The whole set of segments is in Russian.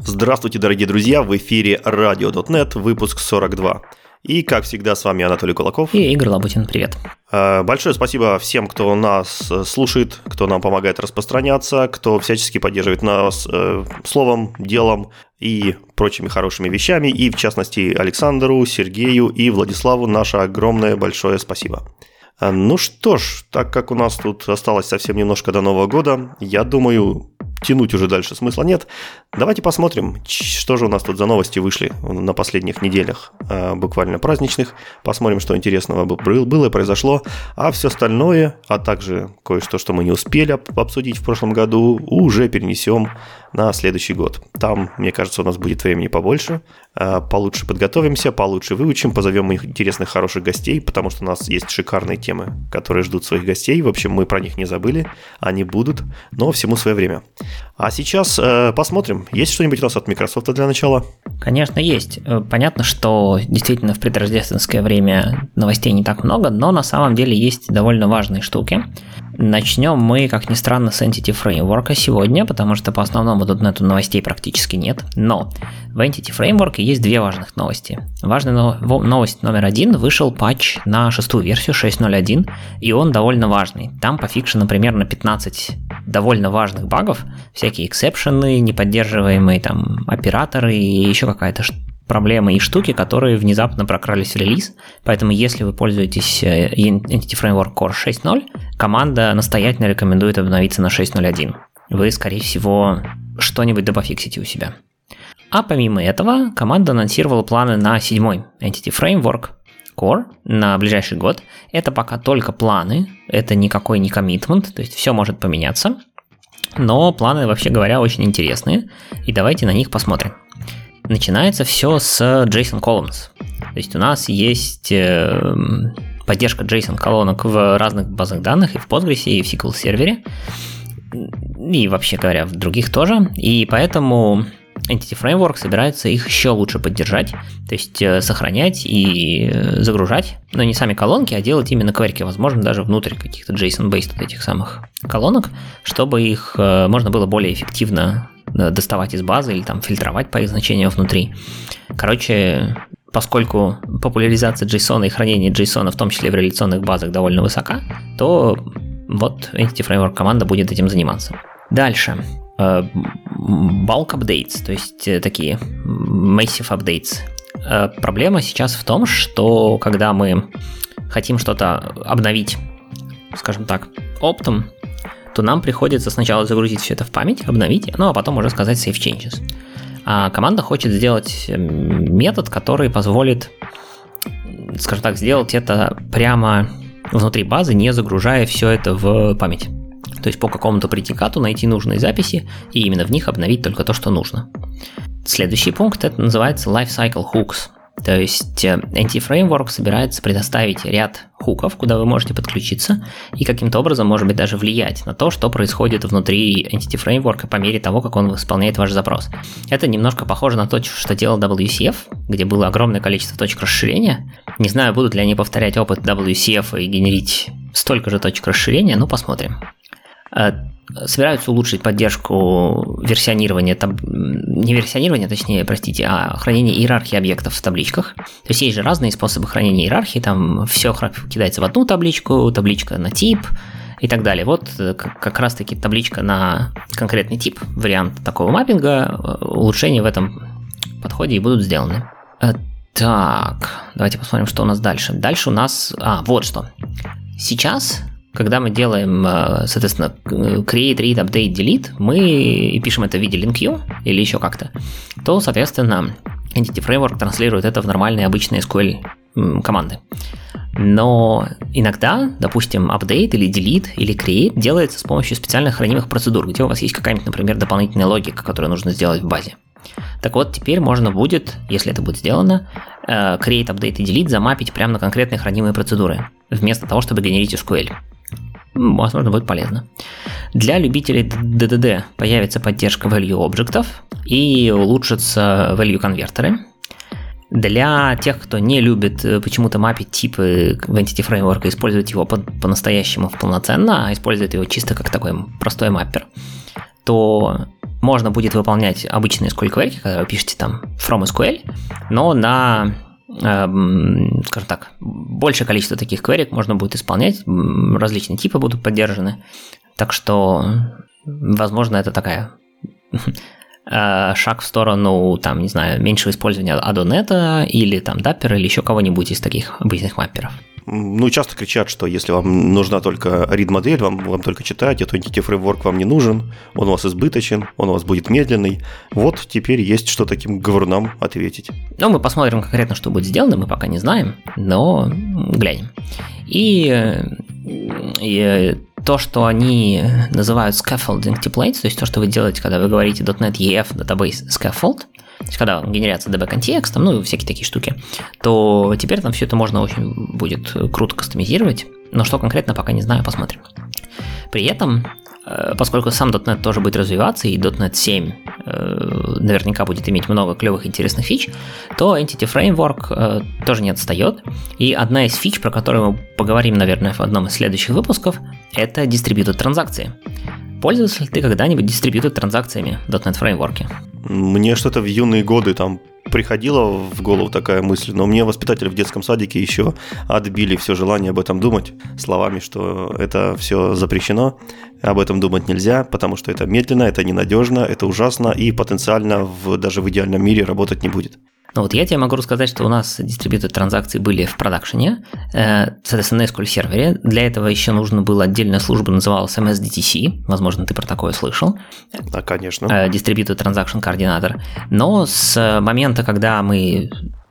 Здравствуйте, дорогие друзья, в эфире Radio.net, выпуск 42. И, как всегда, с вами Анатолий Кулаков. И Игорь Лабутин, привет. Большое спасибо всем, кто нас слушает, кто нам помогает распространяться, кто всячески поддерживает нас словом, делом и прочими хорошими вещами. И, в частности, Александру, Сергею и Владиславу наше огромное большое спасибо. Ну что ж, так как у нас тут осталось совсем немножко до Нового года, я думаю, тянуть уже дальше смысла нет. Давайте посмотрим, что же у нас тут за новости вышли на последних неделях, буквально праздничных. Посмотрим, что интересного было и произошло. А все остальное, а также кое-что, что мы не успели обсудить в прошлом году, уже перенесем на следующий год. Там, мне кажется, у нас будет времени побольше. Получше подготовимся, получше выучим, позовем интересных, хороших гостей, потому что у нас есть шикарные темы, которые ждут своих гостей. В общем, мы про них не забыли, они будут, но всему свое время. А сейчас посмотрим, есть что-нибудь у нас от Microsoft для начала? Конечно, есть. Понятно, что действительно в предрождественское время новостей не так много, но на самом деле есть довольно важные штуки. Начнем мы, как ни странно, с Entity Framework сегодня, потому что по основному .NET новостей практически нет. Но в Entity Framework есть две важных новости. Важная новость номер один: вышел патч на 6-ю версию 6.0.1, и он довольно важный. Там пофикшено примерно 15 довольно важных багов, всякие эксепшены, неподдерживаемые там операторы и еще какая-то проблемы и штуки, которые внезапно прокрались в релиз. Поэтому, если вы пользуетесь Entity Framework Core 6.0, команда настоятельно рекомендует обновиться на 6.0.1. Вы, скорее всего, что-нибудь допофиксите у себя. А помимо этого, команда анонсировала планы на 7-й Entity Framework Core на ближайший год. Это пока только планы, это никакой не коммитмент, то есть все может поменяться. Но планы, вообще говоря, очень интересные, и давайте на них посмотрим. Начинается все с JSON Columns. То есть у нас есть поддержка JSON колонок в разных базах данных, и в Postgres, и в SQL сервере, и вообще говоря, в других тоже. И поэтому Entity Framework собирается их еще лучше поддержать, то есть сохранять и загружать, но не сами колонки, а делать именно кверки, возможно, даже внутрь каких-то JSON-based этих самых колонок, чтобы их можно было более эффективно доставать из базы или там фильтровать по их значению внутри. Короче, поскольку популяризация JSON и хранение JSON, в том числе в реляционных базах, довольно высока, то вот Entity Framework команда будет этим заниматься. Дальше. Bulk updates, то есть такие massive updates. Проблема сейчас в том, что когда мы хотим что-то обновить, скажем так, оптом, то нам приходится сначала загрузить все это в память, обновить, ну а потом уже сказать save changes. А команда хочет сделать метод, который позволит, скажем так, сделать это прямо внутри базы, не загружая все это в память. То есть по какому-то предикату найти нужные записи и именно в них обновить только то, что нужно. Следующий пункт, это называется Lifecycle Hooks. То есть Entity Framework собирается предоставить ряд хуков, куда вы можете подключиться и каким-то образом, может быть, даже влиять на то, что происходит внутри Entity Framework по мере того, как он исполняет ваш запрос. Это немножко похоже на то, что делал WCF, где было огромное количество точек расширения. Не знаю, будут ли они повторять опыт WCF и генерить столько же точек расширения, но посмотрим. Собираются улучшить поддержку версионирования, не версионирования, точнее, простите, а хранения иерархии объектов в табличках. То есть есть же разные способы хранения иерархии, там все кидается в одну табличку, табличка на тип и так далее. Вот как раз-таки табличка на конкретный тип, вариант такого маппинга, улучшения в этом подходе и будут сделаны. Так, давайте посмотрим, что у нас дальше. Дальше у нас, вот что. Сейчас, когда мы делаем, соответственно, create, read, update, delete, мы пишем это в виде link или еще как-то, то, соответственно, Entity Framework транслирует это в нормальные обычные SQL команды. Но иногда, допустим, update или delete или create делается с помощью специальных хранимых процедур, где у вас есть какая-нибудь, например, дополнительная логика, которую нужно сделать в базе. Так вот, теперь можно будет, если это будет сделано, create, update и delete замапить прямо на конкретные хранимые процедуры, вместо того, чтобы генерить SQL. Возможно, будет полезно. Для любителей DDD появится поддержка value объектов и улучшатся value конвертеры. Для тех, кто не любит почему-то мапить типы в Entity Framework и использовать его по-настоящему полноценно, а использует его чисто как такой простой маппер, что можно будет выполнять обычные SQL query, когда вы пишете там from SQL, но на, скажем так, большее количество таких query можно будет исполнять, различные типы будут поддержаны. Так что, возможно, это такая шаг в сторону, там, не знаю, меньшего использования ADO.NET или там Dapper или еще кого-нибудь из таких обычных мапперов. Ну, часто кричат, что если вам нужна только read-модель, вам только читать, то Entity Framework вам не нужен, он у вас избыточен, он у вас будет медленный. Вот теперь есть что таким говорунам ответить. Ну, мы посмотрим конкретно, что будет сделано, мы пока не знаем, но глянем. И то, что они называют scaffolding templates, то есть то, что вы делаете, когда вы говорите .NET EF Database Scaffold, то есть когда генерится DB-контекст, ну, всякие такие штуки, то теперь там все это можно очень будет круто кастомизировать, но что конкретно, пока не знаю, посмотрим. При этом, поскольку сам .NET тоже будет развиваться, и .NET 7 наверняка будет иметь много клевых интересных фич, то Entity Framework тоже не отстает. И одна из фич, про которую мы поговорим, наверное, в одном из следующих выпусков, это Distributed транзакции. Пользовался ли ты когда-нибудь Distributed транзакциями в .NET Framework? Мне что-то в юные годы там приходила в голову такая мысль, но мне воспитатели в детском садике еще отбили все желание об этом думать словами, что это все запрещено, об этом думать нельзя, потому что это медленно, это ненадежно, это ужасно и потенциально даже в идеальном мире работать не будет. Ну вот я тебе могу рассказать, что у нас Distributed транзакции были в продакшене, соответственно, на SQL сервере. Для этого еще нужно было отдельная служба, называлась MSDTC, возможно, ты про такое слышал. Да, конечно. Distributed Transaction Coordinator. Но с момента, когда мы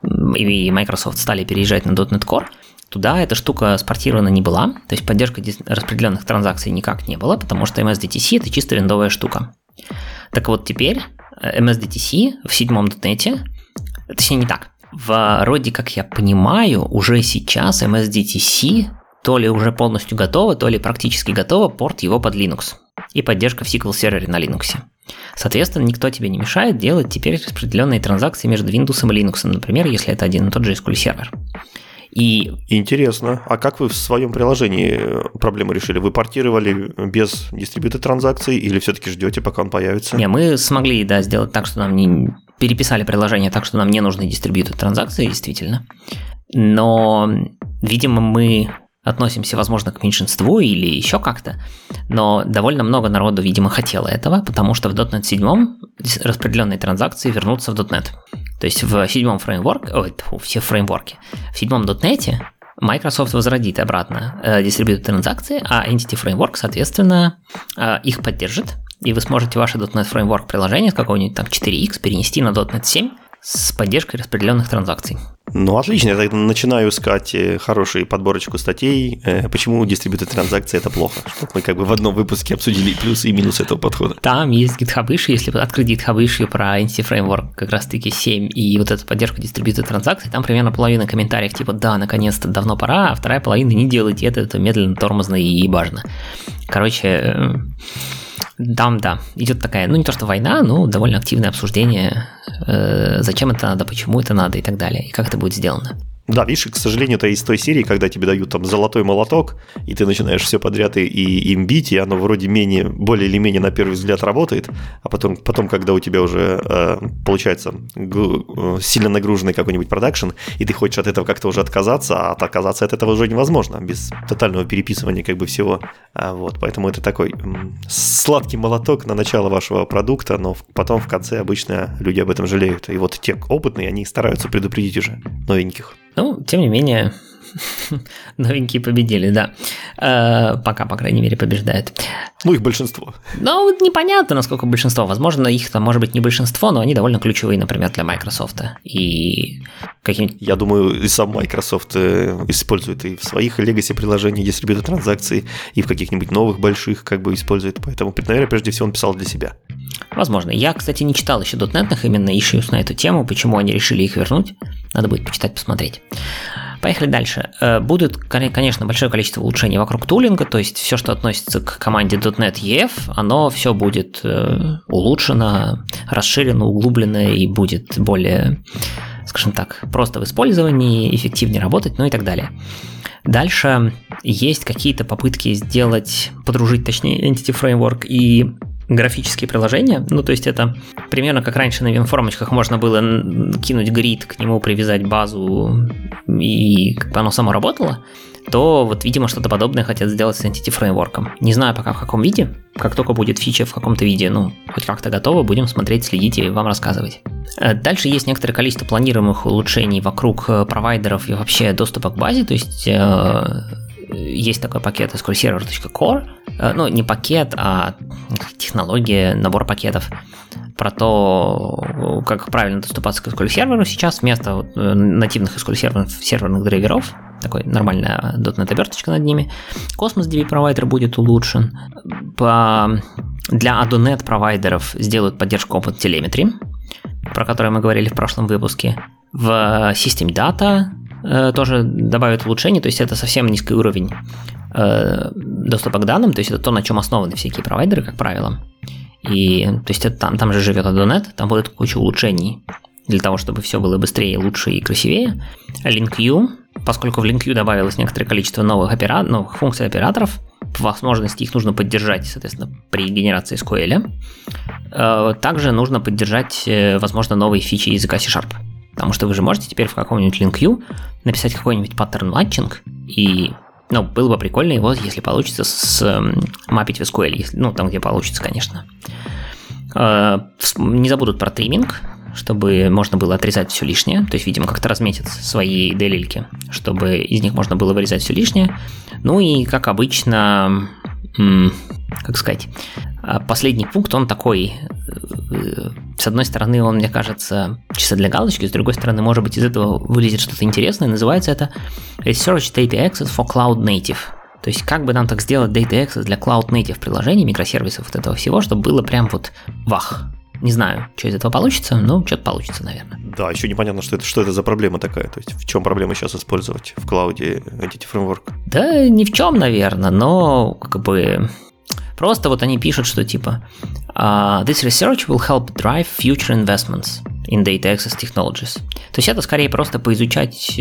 и Microsoft стали переезжать на .NET Core, туда эта штука спортирована не была, то есть поддержка распределенных транзакций никак не было, потому что MSDTC – это чисто виндовая штука. Так вот теперь MSDTC в 7-м .NET, точнее не так, вроде как я понимаю, уже сейчас MSDTC то ли уже полностью готова, то ли практически готова порт его под Linux и поддержка в SQL сервере на Linux. Соответственно, никто тебе не мешает делать теперь распределенные транзакции между Windows и Linux, например, если это один и тот же SQL сервер. И... Интересно. А как вы в своем приложении проблему решили? Вы портировали без Distributed транзакций или все-таки ждете, пока он появится? Не, мы смогли, да, сделать так, что нам не... Переписали приложение так, что нам не нужны Distributed транзакции, действительно. Но, видимо, мы относимся, возможно, к меньшинству или еще как-то, но довольно много народу, видимо, хотело этого, потому что в .NET 7 распределенные транзакции вернутся в .NET. То есть в 7-м фреймворке, все фреймворки, в 7-м .NET Microsoft возродит обратно Distributed транзакции, а Entity Framework, соответственно, их поддержит, и вы сможете ваше .NET Framework приложение с какого-нибудь там 4X перенести на .NET 7 с поддержкой распределенных транзакций. Ну, отлично, я тогда начинаю искать хорошую подборочку статей, почему Distributed транзакции это плохо, чтобы мы как бы в одном выпуске обсудили плюсы и минусы этого подхода. Там есть GitHub issue, если открыть GitHub issue про Entity Framework как раз-таки 7 и вот эту поддержку Distributed транзакций, там примерно половина комментариев типа «да, наконец-то, давно пора», а вторая половина «не делайте это медленно, тормозно и ебажно». Короче, там, да, идет такая, ну не то что война, но довольно активное обсуждение, зачем это надо, почему это надо и так далее, и как это будет сделано. Да, видишь, к сожалению, это из той серии, когда тебе дают там золотой молоток, и ты начинаешь все подряд и им бить, и оно вроде более или менее на первый взгляд работает, а потом когда у тебя уже получается сильно нагруженный какой-нибудь продакшн, и ты хочешь от этого как-то уже отказаться, а отказаться от этого уже невозможно, без тотального переписывания как бы всего. Вот, поэтому это такой сладкий молоток на начало вашего продукта, но потом в конце обычно люди об этом жалеют. И вот те опытные, они стараются предупредить уже новеньких. Ну, тем не менее, новенькие победили, да. Пока, по крайней мере, побеждают. Ну, их большинство. Ну, непонятно, насколько большинство. Возможно, их там может быть не большинство, но они довольно ключевые, например, для Microsoft. И каким-нибудь... Я думаю, и сам Microsoft использует и в своих legacy-приложениях Distributed транзакции, и в каких-нибудь новых больших как бы использует. Поэтому, наверное, прежде всего он писал для себя. Возможно. Я, кстати, не читал еще .NET-ных именно issues на эту тему, почему они решили их вернуть. Надо будет почитать, посмотреть. Поехали дальше. Будет, конечно, большое количество улучшений вокруг тулинга, то есть все, что относится к команде .NET EF, оно все будет улучшено, расширено, углублено и будет более, скажем так, просто в использовании, эффективнее работать, ну и так далее. Дальше есть какие-то попытки подружить, точнее, Entity Framework и графические приложения. Ну, то есть это примерно как раньше на WinFormочках можно было кинуть грид, к нему привязать базу, и как бы оно само работало, то вот, видимо, что-то подобное хотят сделать с Entity Framework. Не знаю пока в каком виде. Как только будет фича в каком-то виде, ну, хоть как-то готова, будем смотреть, следить и вам рассказывать. Дальше есть некоторое количество планируемых улучшений вокруг провайдеров и вообще доступа к базе, то есть есть такой пакет sqlserver.core, ну, не пакет, а технология, набор пакетов про то, как правильно доступаться к SQL серверу сейчас вместо нативных SQL серверных драйверов. Такой нормальная .NET оберточка над ними. Cosmos DB провайдер будет улучшен. Для ADONET провайдеров сделают поддержку OpenTelemetry, про которую мы говорили в прошлом выпуске. В System Data тоже добавят улучшения, то есть это совсем низкий уровень доступа к данным, то есть это то, на чем основаны всякие провайдеры, как правило. И то есть это там же живет ADONET, там будет куча улучшений для того, чтобы все было быстрее, лучше и красивее. LinkU, поскольку в LinkU добавилось некоторое количество новых функций операторов, по возможности их нужно поддержать, соответственно, при генерации SQL. Также нужно поддержать, возможно, новые фичи языка C#. Потому что вы же можете теперь в каком-нибудь LinkU написать какой-нибудь паттерн матчинг, и было бы прикольно его, если получится, мапить в SQL, там, где получится, конечно. Не забудут про тримминг, чтобы можно было отрезать все лишнее, то есть, видимо, как-то разметят свои DLL-ки, чтобы из них можно было вырезать все лишнее. Ну и, как обычно, последний пункт, он такой, с одной стороны, он, мне кажется, чисто для галочки, с другой стороны, может быть, из этого вылезет что-то интересное, называется это Research Data Access for Cloud Native. То есть, как бы нам так сделать Data Access для Cloud Native приложений, микросервисов, вот этого всего, чтобы было прям вот вах. Не знаю, что из этого получится, но что-то получится, наверное. Да, еще непонятно, что это за проблема такая. То есть в чем проблема сейчас использовать в клауде Entity Framework? Да ни в чем, наверное, но как бы просто вот они пишут, что типа This research will help drive future investments in data access technologies. То есть это скорее просто поизучать,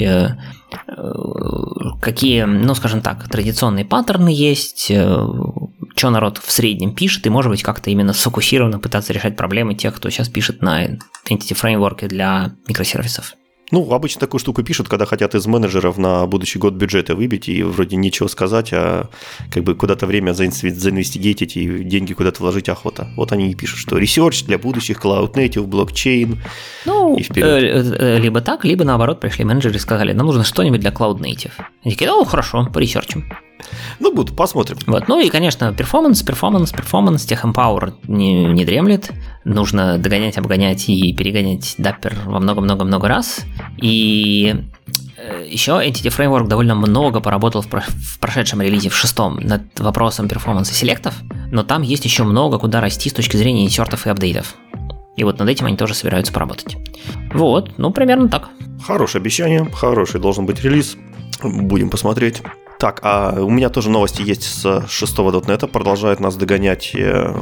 какие, скажем так, традиционные паттерны есть, что народ в среднем пишет, и, может быть, как-то именно сфокусированно пытаться решать проблемы тех, кто сейчас пишет на Entity Framework для микросервисов. Обычно такую штуку пишут, когда хотят из менеджеров на будущий год бюджеты выбить и вроде нечего сказать, а как бы куда-то время заинвестигейтить и деньги куда-то вложить охота. Вот они и пишут, что research для будущих Cloud Native, блокчейн и вперед. Либо так, либо наоборот пришли менеджеры и сказали, нам нужно что-нибудь для Cloud Native. Они такие, хорошо, поресерчим. Посмотрим. И, конечно, перформанс, TechEmpower не дремлет. Нужно догонять, обгонять и перегонять Dapper во много-много-много раз. И еще Entity Framework довольно много поработал в прошедшем релизе, в 6-м, над вопросом перформанса селектов, но там есть еще много куда расти с точки зрения инсертов и апдейтов. И вот над этим они тоже собираются поработать. Примерно так. Хорошее обещание, хороший должен быть релиз. Будем посмотреть. Так, а у меня тоже новости есть с 6-го .NET. Продолжают нас догонять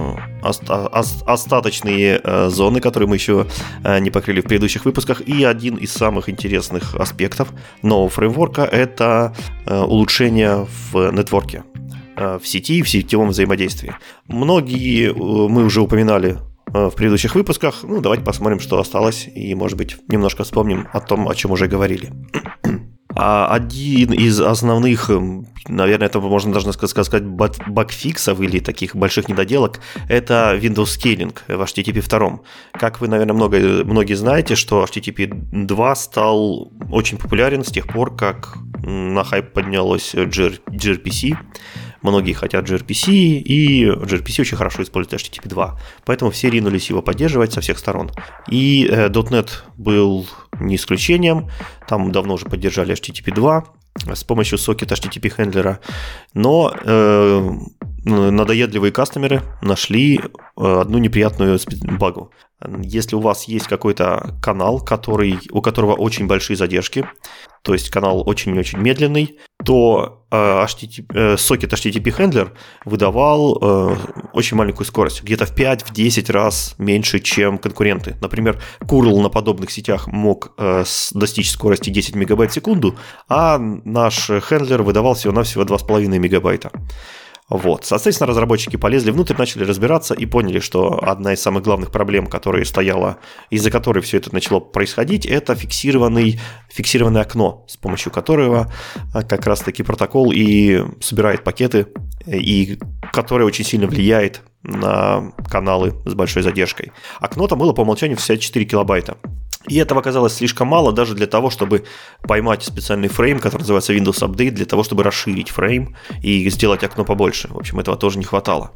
остаточные зоны, которые мы еще не покрыли в предыдущих выпусках. И один из самых интересных аспектов нового фреймворка – это улучшение в нетворке, в сети и в сетевом взаимодействии. Многие мы уже упоминали в предыдущих выпусках. Давайте посмотрим, что осталось, и, может быть, немножко вспомним о том, о чем уже говорили. Один из основных, наверное, это можно даже сказать, багфиксов или таких больших недоделок, это Windows Scaling в HTTP 2. Как вы, наверное, многие знаете, что HTTP 2 стал очень популярен с тех пор, как на хайп поднялось gRPC. Многие хотят gRPC, и gRPC очень хорошо использует HTTP 2. Поэтому все ринулись его поддерживать со всех сторон. И .NET был не исключением. Там давно уже поддержали HTTP 2 с помощью сокета HTTP хендлера. Но надоедливые кастомеры нашли одну неприятную багу. Если у вас есть какой-то канал, у которого очень большие задержки, то есть канал очень-очень медленный, то сокет HTTP хендлер выдавал очень маленькую скорость, где-то в 5-10 раз меньше, чем конкуренты. Например, curl на подобных сетях мог достичь скорости 10 мегабайт в секунду, а наш хендлер выдавал всего-навсего 2,5 мегабайта. Вот. Соответственно, разработчики полезли внутрь, начали разбираться и поняли, что одна из самых главных проблем, которая стояла, из-за которой все это начало происходить, это фиксированное окно, с помощью которого как раз-таки протокол и собирает пакеты, и которое очень сильно влияет на каналы с большой задержкой. Окно там было по умолчанию 64 килобайта. И этого оказалось слишком мало даже для того, чтобы поймать специальный фрейм, который называется Windows Update, для того, чтобы расширить фрейм и сделать окно побольше. В общем, этого тоже не хватало.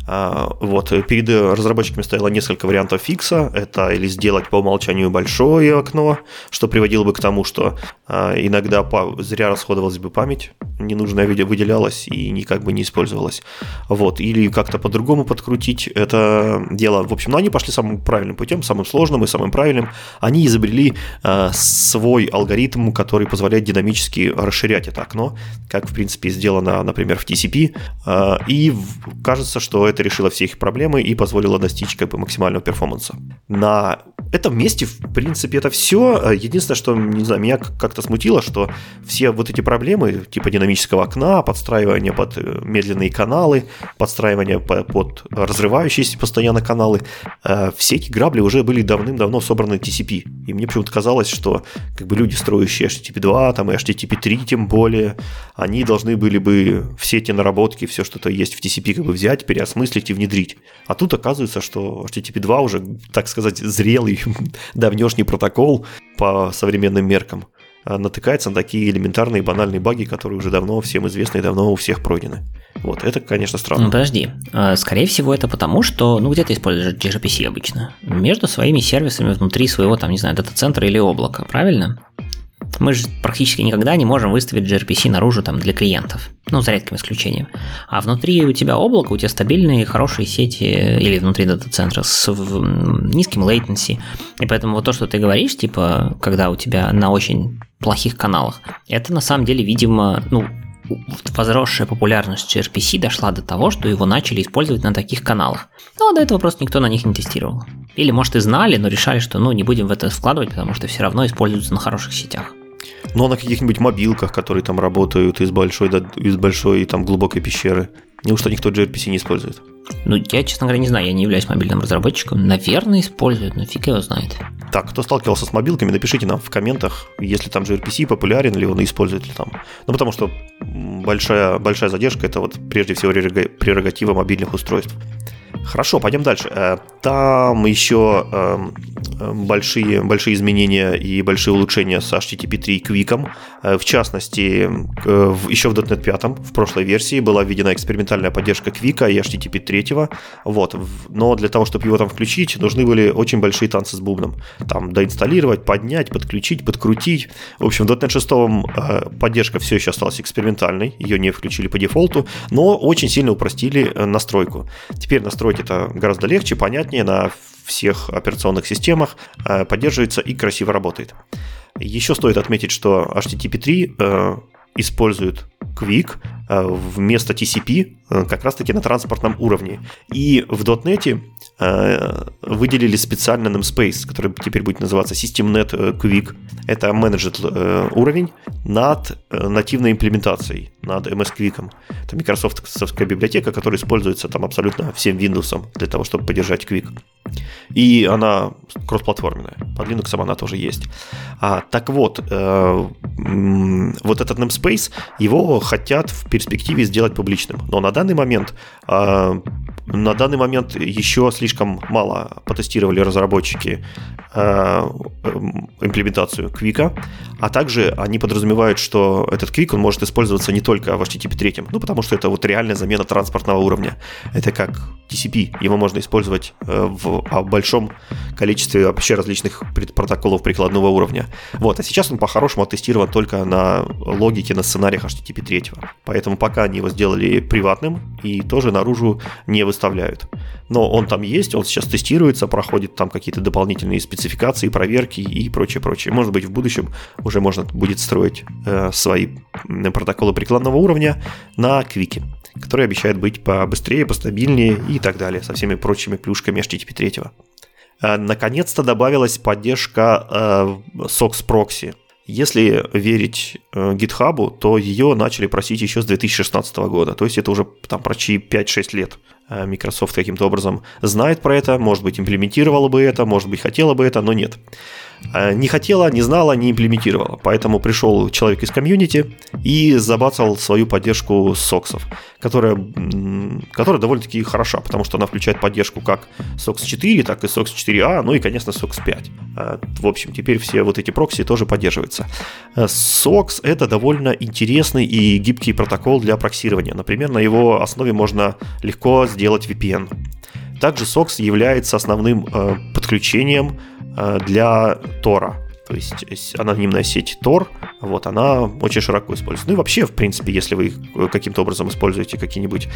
Вот. Перед разработчиками стояло несколько вариантов фикса. Это или сделать по умолчанию большое окно, что приводило бы к тому, что иногда зря расходовалась бы память, ненужная выделялась и никак бы не использовалась. Вот. Или как-то по-другому подкрутить это дело. В общем, они пошли самым правильным путем, самым сложным и самым правильным. Они изобрели свой алгоритм, который позволяет динамически расширять это окно, как, в принципе, сделано, например, в TCP. И кажется, что это решило все их проблемы и позволило достичь максимального перформанса. На этом месте, в принципе, это все. Единственное, что, не знаю, меня как-то смутило, что все вот эти проблемы, типа динамического окна, подстраивания под медленные каналы, подстраивания под разрывающиеся постоянно каналы, все эти грабли уже были давным-давно собраны TCP. И мне почему-то казалось, что люди, строящие HTTP 2 там, и HTTP 3 тем более, они должны были бы все эти наработки, все, что-то есть в TCP, взять, переосмыслить и внедрить. А тут оказывается, что HTTP 2 уже, так сказать, зрелый, давнешний протокол по современным меркам натыкается на такие элементарные банальные баги, которые уже давно всем известны и давно у всех пройдены. Вот, это, конечно, странно. Ну, подожди. Скорее всего, это потому, что, где ты используешь gRPC обычно? Между своими сервисами внутри своего, дата-центра или облака, правильно? Мы же практически никогда не можем выставить gRPC наружу для клиентов. За редким исключением. А внутри у тебя облако, у тебя стабильные, хорошие сети, или внутри дата-центра с низким latency. И поэтому вот то, что ты говоришь, когда у тебя на очень плохих каналах, это на самом деле, видимо, возросшая популярность gRPC дошла до того, что его начали использовать на таких каналах. Но до этого просто никто на них не тестировал. Или, может, и знали, но решали, что не будем в это вкладывать, потому что все равно используются на хороших сетях. Но на каких-нибудь мобилках, которые там работают из большой глубокой пещеры. Неужто никто gRPC не использует? Я, честно говоря, не знаю, я не являюсь мобильным разработчиком. Наверное, используют, но фиг его знает. Так, кто сталкивался с мобилками, напишите нам в комментах, если там gRPC популярен или он использует ли там. Потому что большая задержка – это прежде всего прерогатива мобильных устройств. Хорошо, пойдем дальше. Там еще большие изменения и большие улучшения с HTTP 3 Quick. В частности, еще в .NET 5 в прошлой версии была введена экспериментальная поддержка Quick и HTTP 3. Вот. Но для того, чтобы его там включить, нужны были очень большие танцы с бубном. Там доинсталлировать, поднять, подключить, подкрутить. В общем, в .NET 6 поддержка все еще осталась экспериментальной, ее не включили по дефолту, но очень сильно упростили настройку. Теперь настроить это гораздо легче, понятнее, на всех операционных системах, поддерживается и красиво работает. Еще стоит отметить, что HTTP 3 использует Quick вместо TCP как раз-таки на транспортном уровне. И в .NET выделили специально namespace, который теперь будет называться SystemNet Quick. Это managed уровень над нативной имплементацией, над MS Quick. Это микрософтовская библиотека, которая используется там абсолютно всем Windows для того, чтобы поддержать Quick. И она кроссплатформенная. Под Linux она тоже есть. Так вот, вот этот namespace, его хотят в перспективе сделать публичным. Но на данный момент еще слишком мало потестировали разработчики имплементацию Quick, а также они подразумевают, что этот Quick он может использоваться не только в HTTP 3, потому что это реальная замена транспортного уровня. Это как TCP, его можно использовать в большом количестве вообще различных протоколов прикладного уровня. Вот, а сейчас он по-хорошему оттестирован только на логике, на сценариях HTTP 3. Поэтому пока они его сделали приватным и тоже наружу не выставляют. Но он там есть, он сейчас тестируется, проходит там какие-то дополнительные спецификации, проверки и прочее. Может быть, в будущем уже можно будет строить свои протоколы прикладного уровня на Quick, который обещает быть побыстрее, постабильнее и так далее, со всеми прочими плюшками HTTP 3. Наконец-то добавилась поддержка SOX Proxy. Если верить GitHub, то ее начали просить еще с 2016 года. То есть это уже там почти 5-6 лет. Microsoft каким-то образом знает про это, может быть, имплементировала бы это, может быть, хотела бы это, но нет. Не хотела, не знала, не имплементировала. Поэтому пришел человек из комьюнити и забацал свою поддержку SOX, которая довольно-таки хороша, потому что она включает поддержку как SOX 4, так и SOX 4A, ну и, конечно, SOX 5. В общем, теперь все вот эти прокси тоже поддерживаются. SOX — это довольно интересный и гибкий протокол для проксирования. Например, на его основе можно легко сделать VPN. Также SOX является основным подключением для Tor. То есть анонимная сеть Tor, вот, она очень широко используется. Ну и вообще, в принципе, если вы каким-то образом используете какие-нибудь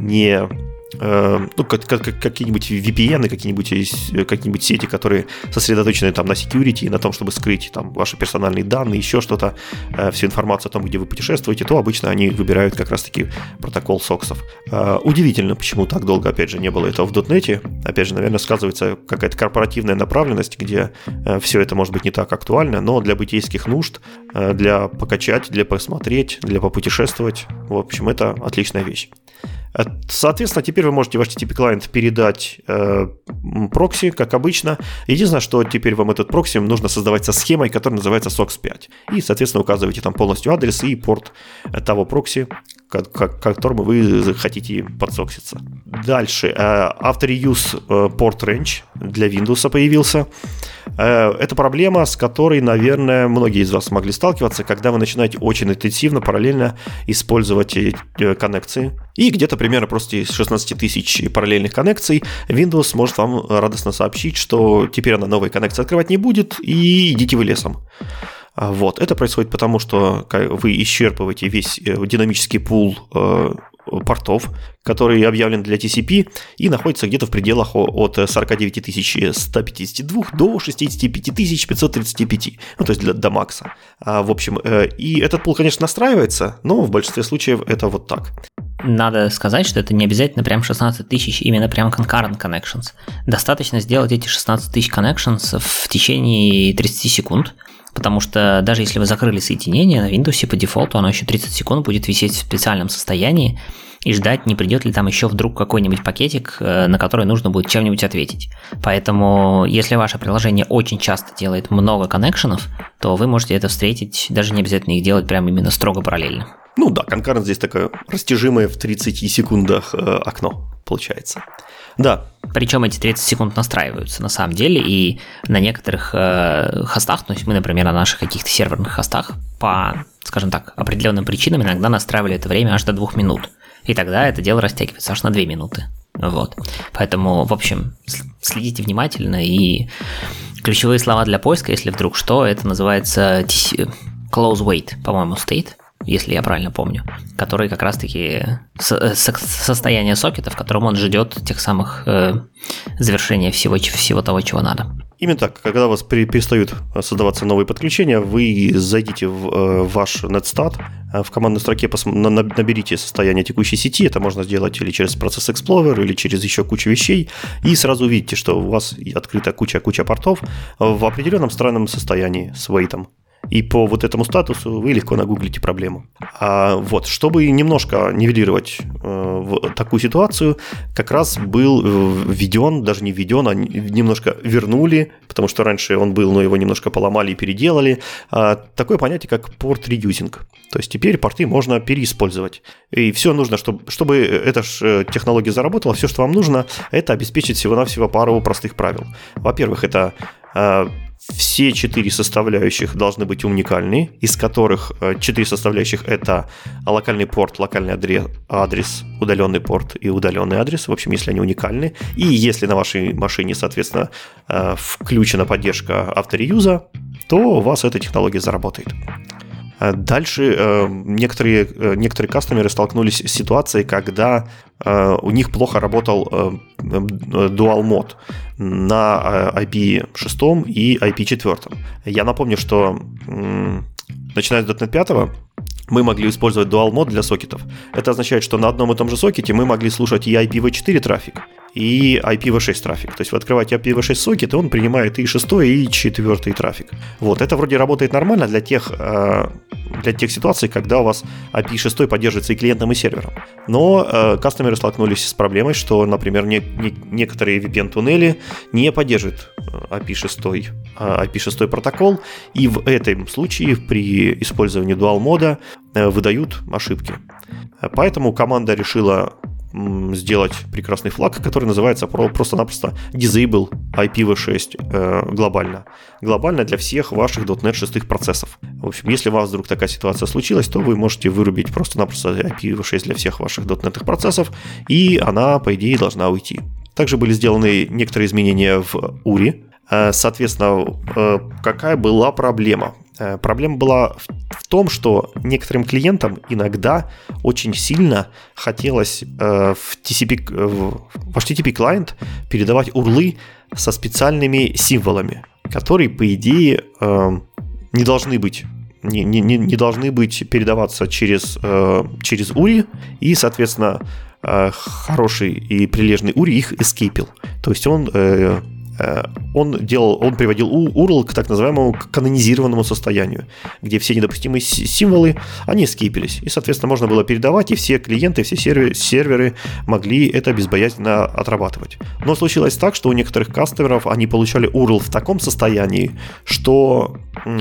какие-нибудь VPN, какие-нибудь сети, которые сосредоточены там на security, на том, чтобы скрыть там ваши персональные данные, еще что-то, всю информацию о том, где вы путешествуете, то обычно они выбирают как раз-таки протокол SOX. Удивительно, почему так долго, опять же, не было этого в .NET. Опять же, наверное, сказывается какая-то корпоративная направленность, где все это может быть не так актуально, но для бытийских нужд, для покачать, для посмотреть, для попутешествовать, в общем, это отличная вещь. Соответственно, теперь вы можете в HTTP клиент передать прокси, как обычно. Единственное, что теперь вам этот прокси нужно создавать со схемой, которая называется SOX 5. И, соответственно, указываете там полностью адрес и порт того прокси, к которому вы хотите подсокситься. Дальше. Auto-reuse port range для Windows появился. Это проблема, с которой, наверное, многие из вас могли сталкиваться, когда вы начинаете очень интенсивно, параллельно использовать коннекции. И где-то примерно просто из 16 тысяч параллельных коннекций Windows может вам радостно сообщить, что теперь она новые коннекции открывать не будет, и идите вы лесом. Вот. Это происходит потому, что вы исчерпываете весь динамический пул портов, который объявлен для TCP и находится где-то в пределах от 49 152 до 65 535, ну, то есть до макса. В общем, и этот пул, конечно, настраивается, но в большинстве случаев это вот так. Надо сказать, что это не обязательно прям 16 тысяч именно прям concurrent connections. Достаточно сделать эти 16 тысяч connections в течение 30 секунд, потому что даже если вы закрыли соединение, на Windows по дефолту оно еще 30 секунд будет висеть в специальном состоянии и ждать, не придет ли там еще вдруг какой-нибудь пакетик, на который нужно будет чем-нибудь ответить. Поэтому, если ваше приложение очень часто делает много коннекшенов, то вы можете это встретить, даже не обязательно их делать прямо именно строго параллельно. Ну да, конкурент здесь такое растяжимое в 30 секундах окно получается. Да. Причем эти 30 секунд настраиваются на самом деле, и на некоторых хостах, то есть мы, например, на наших каких-то серверных хостах по, скажем так, определенным причинам иногда настраивали это время аж до 2 минут. И тогда это дело растягивается аж на 2 минуты. Вот. Поэтому, в общем, следите внимательно, и ключевые слова для поиска, если вдруг что, это называется close wait, по-моему, state, если я правильно помню, который как раз-таки состояние сокета, в котором он ждет тех самых завершения всего того, чего надо. Именно так, когда у вас перестают создаваться новые подключения, вы зайдите в ваш netstat, в командной строке наберите состояние текущей сети, это можно сделать или через Process Explorer, или через еще кучу вещей, и сразу увидите, что у вас открыта куча портов в определенном странном состоянии с вейтом. И по вот этому статусу вы легко нагуглите проблему. Вот, чтобы немножко нивелировать такую ситуацию, как раз был введен, даже не введен, а немножко вернули, потому что раньше он был, но его немножко поломали и переделали, такое понятие, как порт reusing. То есть теперь порты можно переиспользовать. И все нужно, чтобы эта технология заработала, все, что вам нужно, это обеспечить всего-навсего пару простых правил. Во-первых, это все 4 составляющих должны быть уникальны, из которых 4 составляющих – это локальный порт, локальный адрес, удаленный порт и удаленный адрес, в общем, если они уникальны. И если на вашей машине, соответственно, включена поддержка автореюза, то у вас эта технология заработает. Дальше некоторые кастомеры столкнулись с ситуацией, когда у них плохо работал Dual Mode на IP6 и IP4. Я напомню, что начиная с .NET 5 мы могли использовать Dual Mode для сокетов. Это означает, что на одном и том же сокете мы могли слушать и IPv4 трафик, и IPv6 трафик. То есть вы открываете IPv6 сокет, и он принимает и 6, и 4 трафик. Вот, это вроде работает нормально для тех ситуаций, когда у вас IP6 поддерживается и клиентом, и сервером. Но кастомеры столкнулись с проблемой, что, например, некоторые VPN-туннели не поддерживают IP6 протокол, и в этом случае при использовании дуал-мода выдают ошибки. Поэтому команда решила сделать прекрасный флаг, который называется просто-напросто Disable IPv6 глобально. Глобально для всех ваших .NET 6 процессов. В общем, если у вас вдруг такая ситуация случилась, то вы можете вырубить просто-напросто IPv6 для всех ваших .NET процессов, и она, по идее, должна уйти. Также были сделаны некоторые изменения в URI. Соответственно, какая была проблема? Проблема была в том, что некоторым клиентам иногда очень сильно хотелось в ваш TCP-клиент передавать урлы со специальными символами, которые, по идее, не должны быть передаваться через URI, и, соответственно, хороший и прилежный URI их эскейпил. То есть он приводил URL к так называемому канонизированному состоянию, где все недопустимые символы, они скипились. И, соответственно, можно было передавать, и все клиенты, все серверы могли это безбоязненно отрабатывать. Но случилось так, что у некоторых кастомеров они получали URL в таком состоянии, что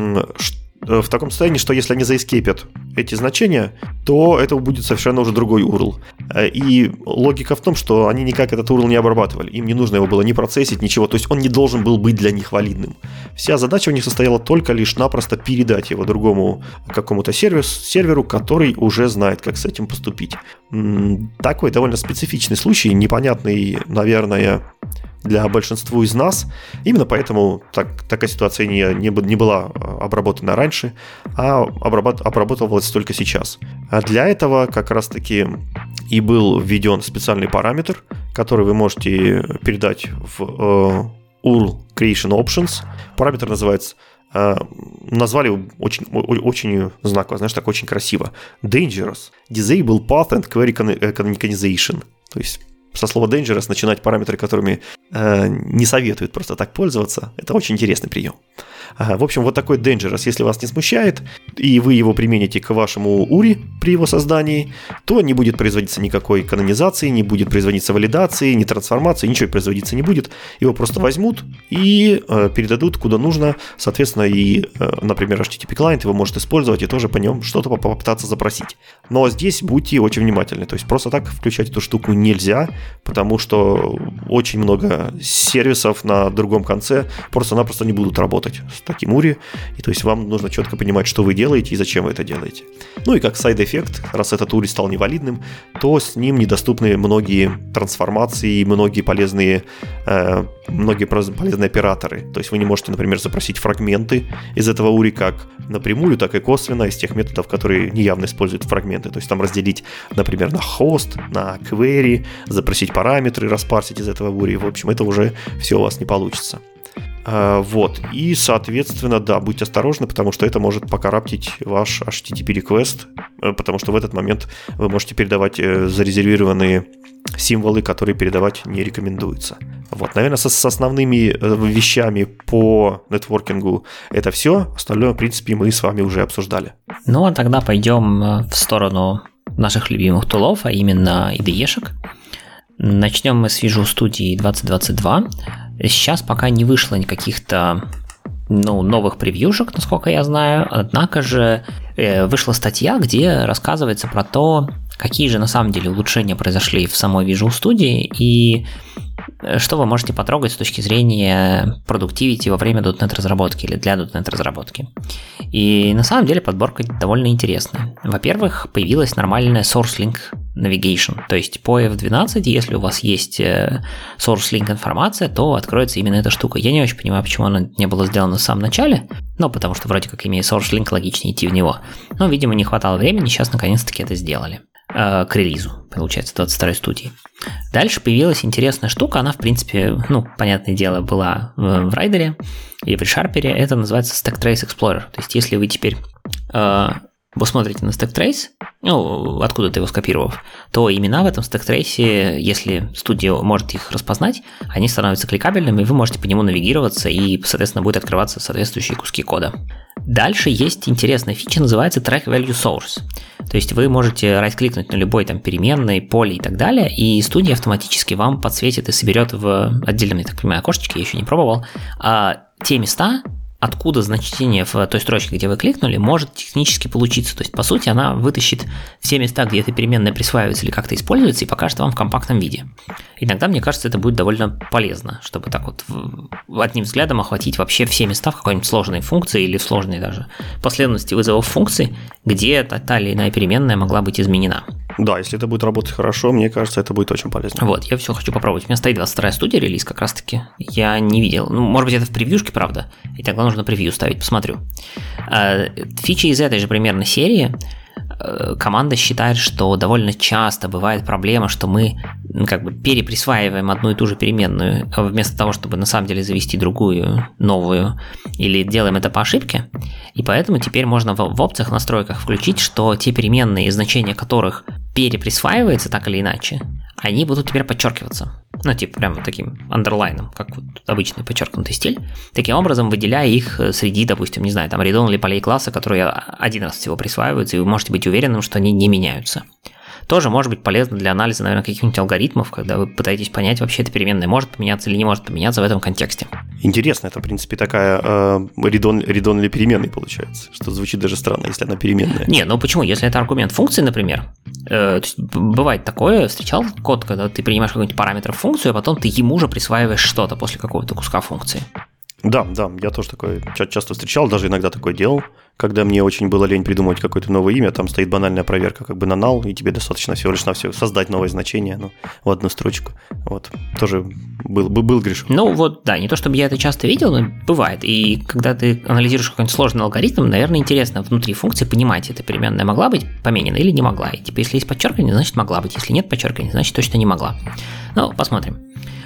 если они заэскейпят эти значения, то это будет совершенно уже другой URL. И логика в том, что они никак этот URL не обрабатывали. Им не нужно его было ни процессить, ничего. То есть он не должен был быть для них валидным. Вся задача у них состояла только лишь напросто передать его другому какому-то серверу, который уже знает, как с этим поступить. Такой довольно специфичный случай, непонятный, наверное, для большинства из нас. Именно поэтому такая ситуация не была обработана раньше, а обрабатывалась только сейчас. А для этого как раз-таки и был введен специальный параметр, который вы можете передать в URL Creation Options. Параметр называется, назвали очень знаково, знаешь, так очень красиво. Dangerous. Disable Path and Query Canonization. То есть со слова dangerous начинать параметры, которыми не советуют просто так пользоваться. Это очень интересный прием. В общем, вот такой dangerous, если вас не смущает, и вы его примените к вашему URI при его создании, то не будет производиться никакой канонизации, не будет производиться валидации, ни трансформации, ничего производиться не будет. Его просто возьмут и передадут куда нужно. Соответственно, и, например, HTTP-клиент его может использовать и тоже по нем что-то попытаться запросить. Но здесь будьте очень внимательны. То есть просто так включать эту штуку нельзя, потому что очень много сервисов на другом конце просто-напросто не будут работать с таким URI, и то есть вам нужно четко понимать, что вы делаете и зачем вы это делаете. Ну и как сайд-эффект, раз этот URI стал невалидным, то с ним недоступны многие трансформации, многие полезные операторы. То есть вы не можете, например, запросить фрагменты из этого URI как напрямую, так и косвенно из тех методов, которые неявно используют фрагменты. То есть там разделить, например, на хост, на query, запросить параметры, распарсить из этого URI. В общем, это уже все у вас не получится. Вот, и, соответственно, да, будьте осторожны, потому что это может покараптить ваш HTTP-реквест, потому что в этот момент вы можете передавать зарезервированные символы, которые передавать не рекомендуется. Вот, наверное, с основными вещами по нетворкингу это все. Остальное, в принципе, мы с вами уже обсуждали. Ну, а тогда пойдем в сторону наших любимых тулов, а именно IDE-шек. Начнем мы с Visual Studio 2022. Сейчас пока не вышло никаких-то новых превьюшек, насколько я знаю. Однако же вышла статья, где рассказывается про то, какие же на самом деле улучшения произошли в самой Visual Studio и что вы можете потрогать с точки зрения продуктивити во время .NET разработки или для .NET разработки. И на самом деле подборка довольно интересная. Во-первых, появилась нормальная Source Link Navigation, то есть по F12, если у вас есть Source Link информация, то откроется именно эта штука. Я не очень понимаю, почему она не была сделана в самом начале, потому что вроде как имея Source Link, логичнее идти в него. Но, видимо, не хватало времени, сейчас наконец-таки это сделали. К релизу, получается, 22-й студии. Дальше появилась интересная штука, она, в принципе, понятное дело, была в райдере и в ReSharper, это называется Stack Trace Explorer. То есть, если вы теперь вы смотрите на стек-трейс, откуда-то его скопировав, то имена в этом стек-трейсе, если Studio может их распознать, они становятся кликабельными, и вы можете по нему навигироваться, и, соответственно, будут открываться соответствующие куски кода. Дальше есть интересная фича, называется Track Value Source. То есть вы можете right-кликнуть на любой там переменной, поле и так далее, и Studio автоматически вам подсветит и соберет в отдельном, я так понимаю, окошечке, я еще не пробовал, те места, откуда значение в той строчке, где вы кликнули, может технически получиться. То есть, по сути, она вытащит все места, где эта переменная присваивается или как-то используется, и покажет вам в компактном виде. Иногда, мне кажется, это будет довольно полезно, чтобы так вот одним взглядом охватить вообще все места в какой-нибудь сложной функции или в сложной даже последовательности вызовов функций, где та или иная переменная могла быть изменена. Да, если это будет работать хорошо, мне кажется, это будет очень полезно. Вот, я все хочу попробовать. У меня стоит 22-я студия релиз как раз-таки. Я не видел. Может быть, это в превьюшке, правда. И тогда нужно превью ставить, посмотрю. Фичи из этой же примерно серии. Команда считает, что довольно часто бывает проблема, что мы переприсваиваем одну и ту же переменную, вместо того, чтобы на самом деле завести другую, новую, или делаем это по ошибке. И поэтому теперь можно в опциях, настройках включить, что те переменные, значения которых переприсваивается так или иначе, они будут теперь подчеркиваться. Прям таким андерлайном, как вот обычный подчеркнутый стиль. Таким образом, выделяя их среди, допустим, не знаю, там read only полей класса, которые один раз всего присваиваются, и вы можете быть уверенным, что они не меняются. Тоже может быть полезно для анализа, наверное, каких-нибудь алгоритмов, когда вы пытаетесь понять, вообще эта переменная может поменяться или не может поменяться в этом контексте. Интересно, это, в принципе, такая read only переменной получается, что звучит даже странно, если она переменная. Не, почему? Если это аргумент функции, например, то есть бывает такое, встречал код, когда ты принимаешь какой-нибудь параметр в функцию, а потом ты ему же присваиваешь что-то после какого-то куска функции. Да, я тоже такое часто встречал, даже иногда такое делал, когда мне очень было лень придумывать какое-то новое имя, там стоит банальная проверка на null, и тебе достаточно всего лишь навсего создать новое значение в одну строчку. Вот, тоже был грешок. Не то чтобы я это часто видел, но бывает. И когда ты анализируешь какой-нибудь сложный алгоритм, наверное, интересно внутри функции понимать, эта переменная могла быть поменена или не могла. И если есть подчеркивание, значит могла быть. Если нет подчеркивания, значит точно не могла. Посмотрим.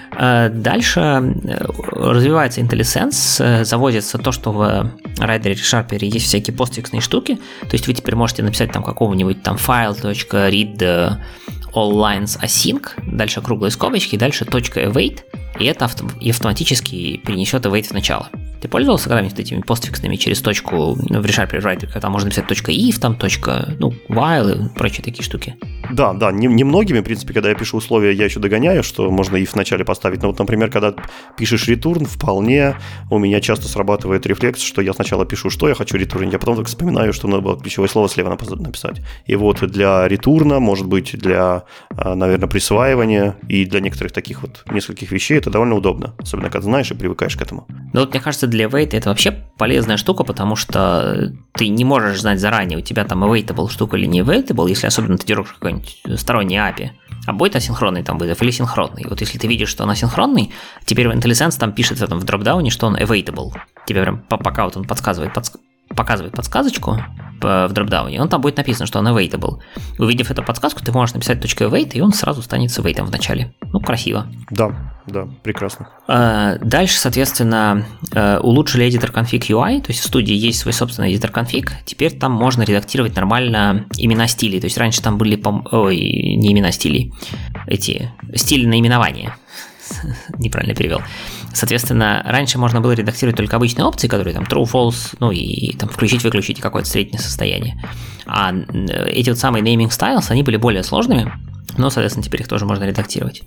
Дальше развивается IntelliSense, заводится то, что в райдере ReSharper есть всякие постфиксные штуки, то есть вы теперь можете написать там какого-нибудь там file.read all lines async, дальше круглые скобочки, дальше .await, и это автоматически перенесет await в начало. Ты пользовался когда-нибудь этими постфиксными через точку в ReSharper Writer, когда можно написать .if, там .while и прочие такие штуки? Да, немногими, в принципе, когда я пишу условия, я еще догоняю, что можно if вначале поставить. Но например, когда пишешь return, вполне у меня часто срабатывает рефлекс, что я сначала пишу, что я хочу ретурнить, а потом только вспоминаю, что надо было ключевое слово слева написать. И вот для ретурна, может быть, для, наверное, присваивания и для некоторых таких вот нескольких вещей это довольно удобно, особенно когда знаешь и привыкаешь к этому. Мне кажется, для await это вообще полезная штука, потому что ты не можешь знать заранее, у тебя там awaitable штука или не awaitable, если особенно ты дерешь какой-нибудь сторонний API. А будет асинхронный там вызов или синхронный? Вот если ты видишь, что он асинхронный, теперь в IntelliSense там пишет в дропдауне, что он awaitable. Тебе прям пока вот он показывает подсказочку в дропдауне, он там будет написано, что он awaitable. Увидев эту подсказку, ты можешь написать .await, и он сразу станет с await в начале. Красиво. Да, прекрасно. Дальше, соответственно, улучшили editor config UI, то есть в студии есть свой собственный editor config, теперь там можно редактировать нормально имена стилей, то есть раньше там были, не имена стилей, эти стили наименования. Неправильно перевел. Соответственно, раньше можно было редактировать только обычные опции, которые там true, false, и там включить-выключить какое-то среднее состояние. А эти вот самые naming styles, они были более сложными, но, соответственно, теперь их тоже можно редактировать.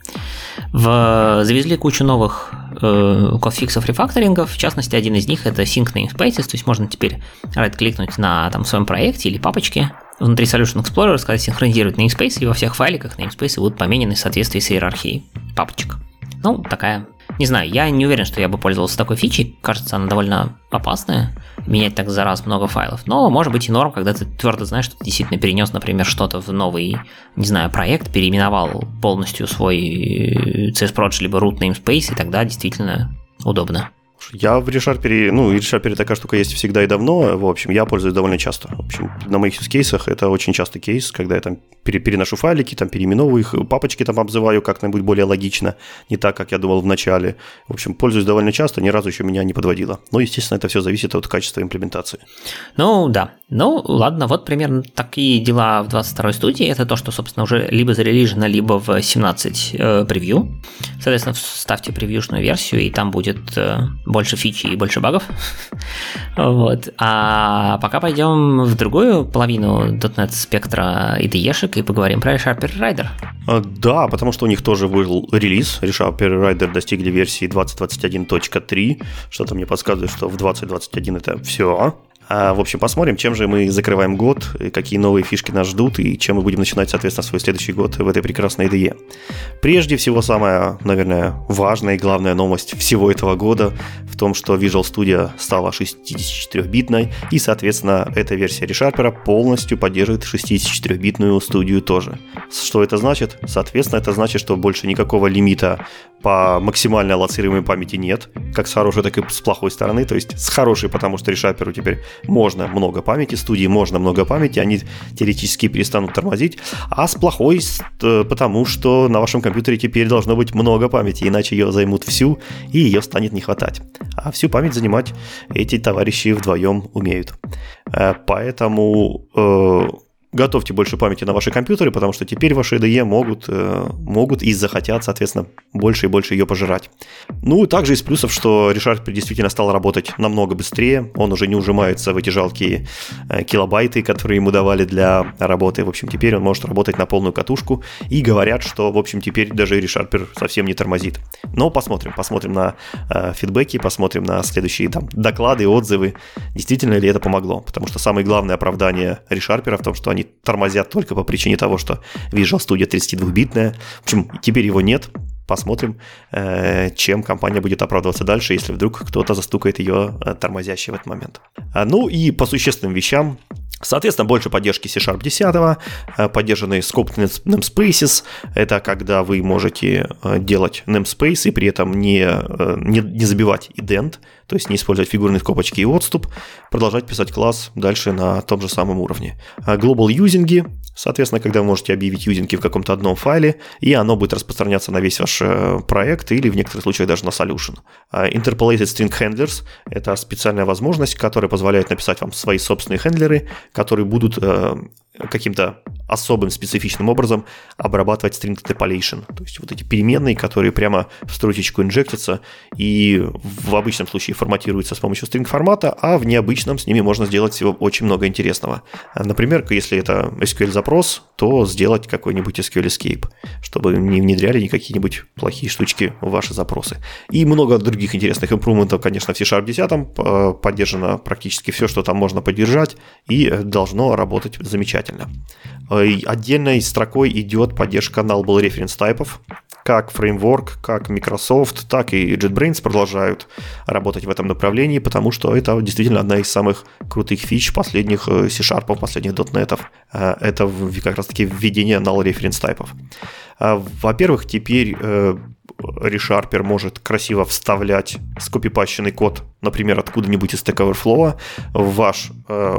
Завезли кучу новых кодфиксов рефакторингов, в частности, один из них это sync namespaces, то есть можно теперь right-кликнуть на своем проекте или папочке, внутри Solution Explorer сказать синхронизировать namespace, и во всех файликах namespace будут поменены в соответствии с иерархией папочек. Такая... Не знаю, я не уверен, что я бы пользовался такой фичей. Кажется, она довольно опасная. Менять так за раз много файлов. Но может быть и норм, когда ты твердо знаешь, что ты действительно перенес, например, что-то в новый, не знаю, проект, переименовал полностью свой CSproj либо root namespace, и тогда действительно удобно. Я в ReSharper, ReSharper такая штука есть всегда и давно, в общем, я пользуюсь довольно часто. В общем, на моих кейсах это очень частый кейс, когда я там переношу файлики, там переименовываю их, папочки там обзываю как-нибудь более логично, не так, как я думал в начале. В общем, пользуюсь довольно часто, ни разу еще меня не подводило. Но, естественно, это все зависит от качества имплементации. Да. Ладно, вот примерно такие дела в 22-й студии. Это то, что, собственно, уже либо зарелижено, либо в 17 превью. Соответственно, ставьте превьюшную версию, и там будет больше фичи и больше багов. Вот. А пока пойдем в другую половину .NET спектра IDE-шек и поговорим про ReSharper Rider. Да, потому что у них тоже был релиз. ReSharper Rider достигли версии 2021.3. Что-то мне подсказывает, что в 2021 это все. В общем, посмотрим, чем же мы закрываем год, какие новые фишки нас ждут и чем мы будем начинать, соответственно, свой следующий год в этой прекрасной IDE. Прежде всего, самая, наверное, важная и главная новость всего этого года в том, что Visual Studio стала 64-битной, и, соответственно, эта версия ReSharper полностью поддерживает 64-битную студию тоже. Что это значит? Соответственно, это значит, что больше никакого лимита по максимально аллоцируемой памяти нет, как с хорошей, так и с плохой стороны. То есть с хорошей, потому что ReSharper теперь можно много памяти, студии можно много памяти, они теоретически перестанут тормозить, а с плохой, потому что на вашем компьютере теперь должно быть много памяти, иначе ее займут всю, и ее станет не хватать. А всю память занимать эти товарищи вдвоем умеют. Поэтому готовьте больше памяти на ваши компьютеры, потому что теперь ваши IDE могут и захотят, соответственно, больше и больше ее пожирать. Ну, также из плюсов, что ReSharper действительно стал работать намного быстрее, он уже не ужимается в эти жалкие килобайты, которые ему давали для работы. В общем, теперь он может работать на полную катушку, и говорят, что, в общем, теперь даже ReSharper совсем не тормозит. Но посмотрим на фидбэки, посмотрим на следующие там доклады, отзывы, действительно ли это помогло, потому что самое главное оправдание ReSharper в том, что они тормозят только по причине того, что Visual Studio 32-битная. В общем, теперь его нет. Посмотрим, чем компания будет оправдываться дальше, если вдруг кто-то застукает ее тормозящей в этот момент. Ну и по существенным вещам. Соответственно, больше поддержки C# 10, поддержаны scoped namespaces. Это когда вы можете делать namespace и при этом не забивать ident, то есть не использовать фигурные скобочки и отступ, продолжать писать класс дальше на том же самом уровне. Global юзинги, соответственно, когда вы можете объявить юзинги в каком-то одном файле, и оно будет распространяться на весь ваш проект или в некоторых случаях даже на solution. Interpolated string handlers – это специальная возможность, которая позволяет написать вам свои собственные хендлеры, которые будут каким-то особым специфичным образом обрабатывать string interpolation. То есть вот эти переменные, которые прямо в строчечку инжектятся и в обычном случае форматируются с помощью string формата, а в необычном с ними можно сделать всего очень много интересного. Например, если это SQL-запрос, то сделать какой-нибудь SQL escape, чтобы не внедряли никакие-нибудь плохие штучки в ваши запросы. И много других интересных импрувментов, конечно, в C# 10 поддержано практически все, что там можно поддержать, и должно работать замечательно. Отдельной строкой идет поддержка nullable reference тайпов. Как фреймворк, как Microsoft, так и JetBrains продолжают работать в этом направлении, потому что это действительно одна из самых крутых фич последних C#, последних .NET. Это как раз-таки введение null reference тайпов. Во-первых, теперь ReSharper может красиво вставлять скопипащенный код, например, откуда-нибудь из Stack Overflow в ваш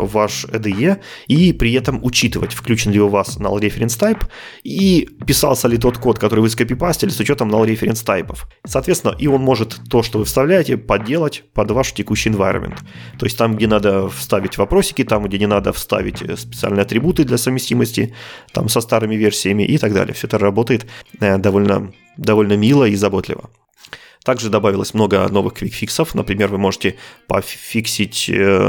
IDE и при этом учитывать, включен ли у вас null reference type и писался ли тот код, который вы скопипастили с учетом null reference тайпов. Соответственно, и он может то, что вы вставляете, подделать под ваш текущий environment. То есть там, где надо вставить вопросики, там, где не надо вставить специальные атрибуты для совместимости там, со старыми версиями и так далее. Все это работает довольно мило и заботливо. Также добавилось много новых квикфиксов. Например, вы можете пофиксить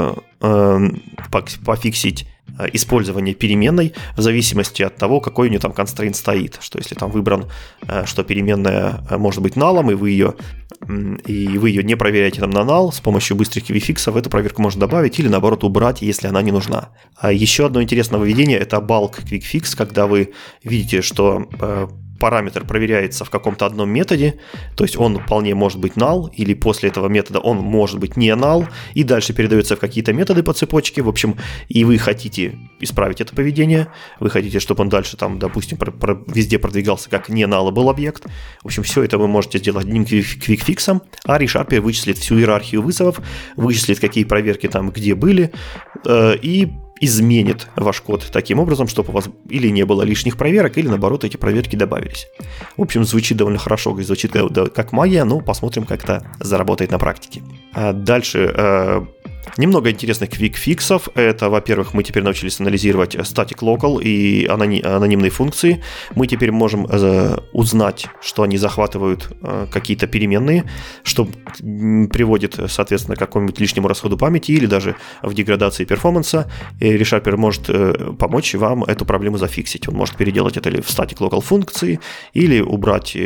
использование переменной в зависимости от того, какой у нее там constraint стоит. Что если там выбран, что переменная может быть null'ом, и вы ее не проверяете там на null, с помощью быстрых квикфиксов эту проверку можно добавить или наоборот убрать, если она не нужна. А еще одно интересное введение – это bulk quick fix, когда вы видите, что параметр проверяется в каком-то одном методе, то есть он вполне может быть null, или после этого метода он может быть не null, и дальше передается в какие-то методы по цепочке, в общем, и вы хотите исправить это поведение, вы хотите, чтобы он дальше там, допустим, везде продвигался как не nullable объект. В общем, все это вы можете сделать одним квикфиксом, а ReSharper вычислит всю иерархию вызовов, вычислит, какие проверки там где были, и изменит ваш код таким образом, чтобы у вас или не было лишних проверок, или наоборот эти проверки добавились. В общем, звучит довольно хорошо, звучит как магия, но посмотрим, как это заработает на практике. Дальше немного интересных квикфиксов. Это, во-первых, мы теперь научились анализировать static local и анонимные функции. Мы теперь можем узнать, что они захватывают какие-то переменные, что приводит, соответственно, к какому-нибудь лишнему расходу памяти или даже в деградации перформанса. И ReSharper может помочь вам эту проблему зафиксить. Он может переделать это или в static local функции, или убрать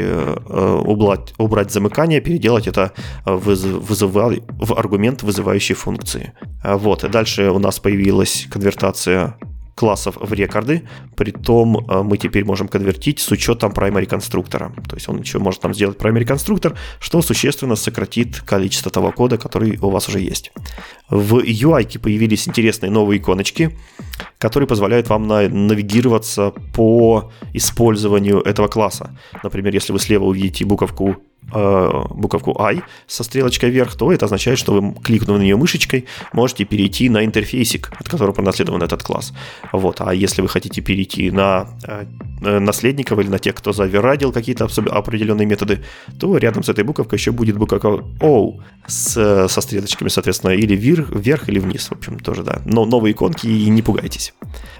замыкание, переделать это в аргумент, вызывающий функции. Вот. Дальше у нас появилась конвертация классов в рекорды, притом мы теперь можем конвертить с учетом primary конструктора. То есть он еще может нам сделать primary конструктор, что существенно сократит количество того кода, который у вас уже есть. В UI появились интересные новые иконочки, которые позволяют вам навигироваться по использованию этого класса. Например, если вы слева увидите буковку I со стрелочкой вверх, то это означает, что вы, кликнув на нее мышечкой, можете перейти на интерфейсик, от которого пронаследован этот класс. Вот. А если вы хотите перейти на наследников или на тех, кто заоверрайдил какие-то определенные методы, то рядом с этой буковкой еще будет буковка O со стрелочками, соответственно, или вверх, или вниз. В общем, тоже, да. Но новые иконки, и не пугайтесь.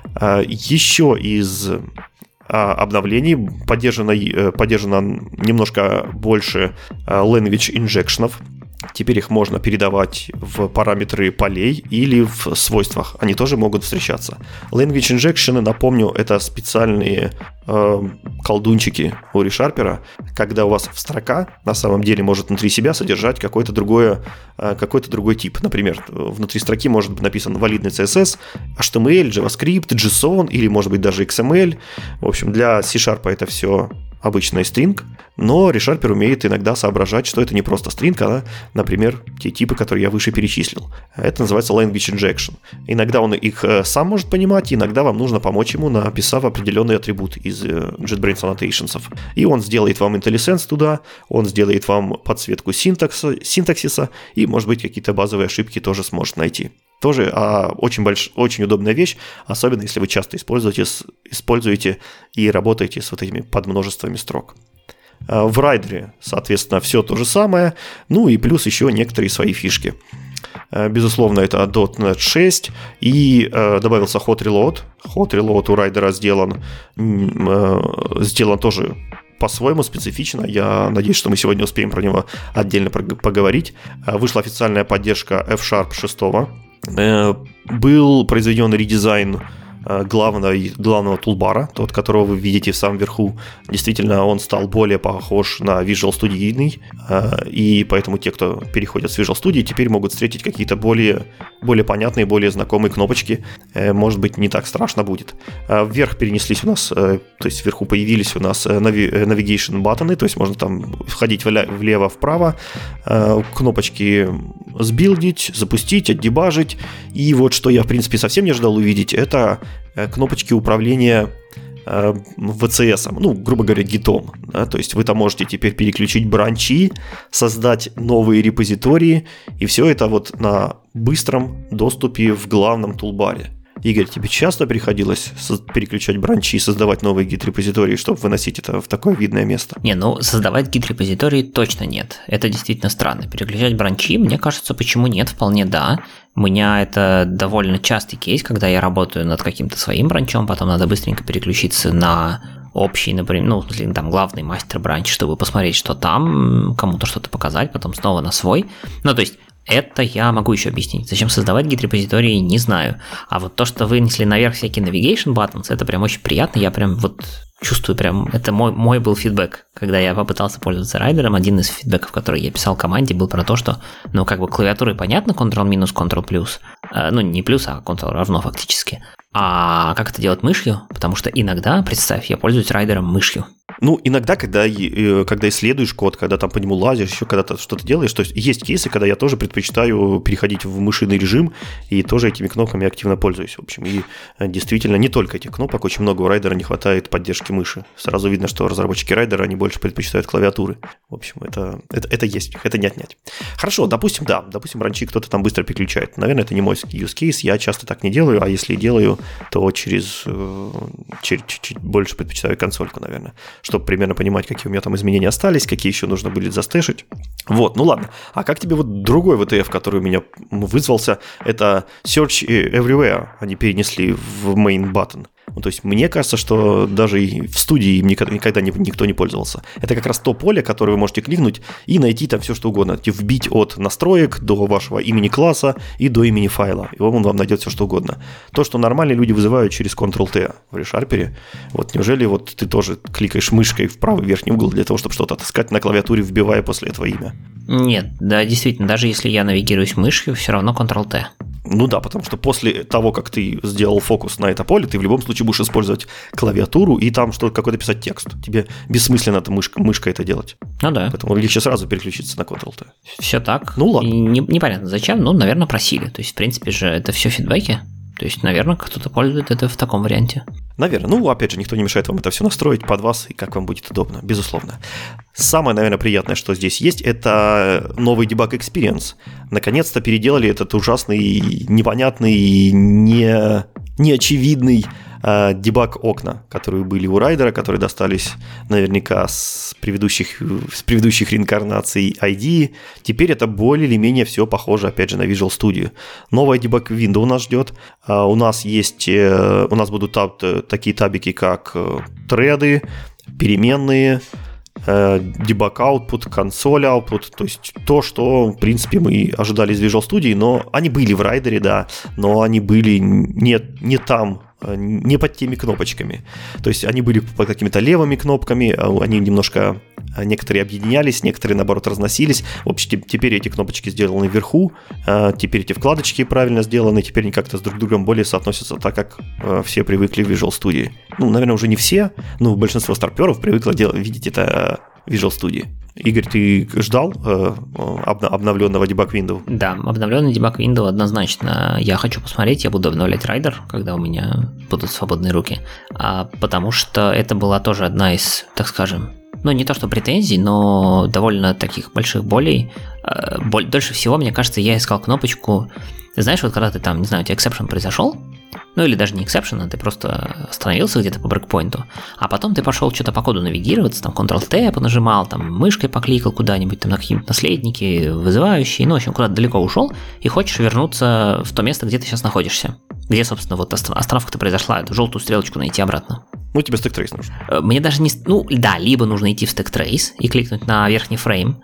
Еще из обновлений поддержано немножко больше language инжекшенов. Теперь их можно передавать в параметры полей или в свойствах. Они тоже могут встречаться. Language injection, напомню, это специальные колдунчики у ReSharper, когда у вас строка на самом деле может внутри себя содержать какой-то другой тип. Например, внутри строки может быть написан валидный CSS, HTML, JavaScript, JSON или, может быть, даже XML. В общем, для C# это все обычный стринг, но ReSharper умеет иногда соображать, что это не просто стринг, а, например, те типы, которые я выше перечислил. Это называется language injection. Иногда он их сам может понимать, иногда вам нужно помочь ему, написав определенный атрибут из JetBrains Annotations. И он сделает вам IntelliSense туда, он сделает вам подсветку синтаксиса, и, может быть, какие-то базовые ошибки тоже сможет найти. Тоже очень удобная вещь, особенно если вы часто используете и работаете с вот этими подмножествами строк. В райдере, соответственно, все то же самое, ну и плюс еще некоторые свои фишки. Безусловно, это .NET 6 и добавился Hot Reload. Hot Reload у райдера сделан тоже по-своему специфично. Я надеюсь, что мы сегодня успеем про него отдельно поговорить. Вышла официальная поддержка F# 6. Был произведен редизайн главного тулбара, тот, которого вы видите в самом верху. Действительно, он стал более похож на Visual Studio, и поэтому те, кто переходят с Visual Studio, теперь могут встретить какие-то более понятные, более знакомые кнопочки. Может быть, не так страшно будет. Вверх перенеслись у нас, то есть вверху появились у нас navigation баттоны, то есть можно там входить влево-вправо, кнопочки сбилдить, запустить, отдебажить. И вот что я, в принципе, совсем не ожидал увидеть, это кнопочки управления VCS, грубо говоря, гитом. Да? То есть вы там можете теперь переключить бранчи, создать новые репозитории, и все это вот на быстром доступе в главном тулбаре. Игорь, тебе часто приходилось переключать бранчи, создавать новые гид-репозитории, чтобы выносить это в такое видное место? Создавать гид-репозитории точно нет. Это действительно странно. Переключать бранчи, мне кажется, почему нет, вполне да. У меня это довольно частый кейс, когда я работаю над каким-то своим бранчом, потом надо быстренько переключиться на общий, например, там главный мастер-бранч, чтобы посмотреть, что там, кому-то что-то показать, потом снова на свой. То есть это я могу еще объяснить. Зачем создавать гид-репозитории, не знаю. А вот то, что вынесли наверх всякие navigation buttons, это прям очень приятно. Я прям чувствую, это мой был фидбэк. Когда я попытался пользоваться райдером, один из фидбэков, который я писал команде, был про то, что, клавиатурой понятно, Ctrl-, Ctrl+, не плюс, а Ctrl равно фактически. А как это делать мышью? Потому что иногда, представь, я пользуюсь райдером мышью. Ну, иногда, когда исследуешь код, когда там по нему лазишь, еще когда-то что-то делаешь, то есть кейсы, когда я тоже предпочитаю переходить в мышиный режим и тоже этими кнопками активно пользуюсь. В общем, и действительно не только этих кнопок, очень много у райдера не хватает поддержки мыши. Сразу видно, что разработчики райдера, они больше предпочитают клавиатуры. В общем, это есть, это не отнять. Хорошо, допустим, раньше кто-то там быстро переключает. Наверное, это не мой use case, я часто так не делаю, а если и делаю, то чуть больше предпочитаю консольку, наверное, чтобы примерно понимать, какие у меня там изменения остались, какие еще нужно будет застэшить. Вот, ну ладно. А как тебе вот другой VTF, который у меня вызвался, это Search Everywhere, они перенесли в main button. Ну, то есть мне кажется, что даже и в студии им никогда никто не пользовался. Это как раз то поле, которое вы можете кликнуть и найти там все, что угодно. Вбить от настроек до вашего имени класса и до имени файла. И он вам найдет все, что угодно. То, что нормальные люди вызывают через Ctrl-T в ReSharper. Вот неужели вот ты тоже кликаешь мышкой в правый верхний угол для того, чтобы что-то отыскать на клавиатуре, вбивая после этого имя? Нет, да, действительно, даже если я навигируюсь мышью, все равно Ctrl-T. Ну да, потому что после того, как ты сделал фокус на это поле, ты в любом случае будешь использовать клавиатуру и там что-то какой-то писать текст. Тебе бессмысленно это мышкой это делать. Ну да. Поэтому легче сразу переключиться на Ctrl-T. Все так. Ну ладно. Непонятно зачем, ну, наверное, просили. То есть, в принципе же, это все фидбэки. То есть, наверное, кто-то пользует это в таком варианте. Наверное. Ну, опять же, никто не мешает вам это все настроить под вас и как вам будет удобно, безусловно. Самое, наверное, приятное, что здесь есть, это новый debug experience. Наконец-то переделали этот ужасный, непонятный, неочевидный дебаг окна, которые были у райдера, которые достались наверняка с предыдущих реинкарнаций ID. Теперь это более или менее все похоже, опять же, на Visual Studio. Новая debug window нас ждет. У нас будут такие табики, как треды, переменные, debug output, консоль output, то есть то, что, в принципе, мы ожидали из Visual Studio, но они были в райдере, да, но они были не там, не под теми кнопочками. То есть они были под какими-то левыми кнопками, они немножко, некоторые объединялись, некоторые, наоборот, разносились. В общем, теперь эти кнопочки сделаны вверху, теперь эти вкладочки правильно сделаны, теперь они как-то с друг другом более соотносятся так, как все привыкли в Visual Studio. Ну, наверное, уже не все, но большинство старперов привыкло видеть это в Visual Studio. Игорь, ты ждал обновленного debug window? Да, обновленный debug window однозначно. Я хочу посмотреть, я буду обновлять райдер, когда у меня будут свободные руки. Потому что это была тоже одна из, так скажем, ну не то что претензий, но довольно таких больших болей. Дольше всего, мне кажется, я искал кнопочку. Знаешь, вот когда ты там, не знаю, у тебя эксепшн произошел, ну или даже не эксепшн, а ты просто остановился где-то по брейкпоинту, а потом ты пошел что-то по коду навигироваться, там Ctrl-T понажимал, там мышкой покликал куда-нибудь, там на какие-нибудь наследники, вызывающие, ну, в общем, куда-то далеко ушел, и хочешь вернуться в то место, где ты сейчас находишься. Где, собственно, вот остановка-то произошла, эту желтую стрелочку найти обратно. Ну, тебе стек-трейс нужен. Мне даже не... Ну, да, либо нужно идти в стек-трейс и кликнуть на верхний фрейм,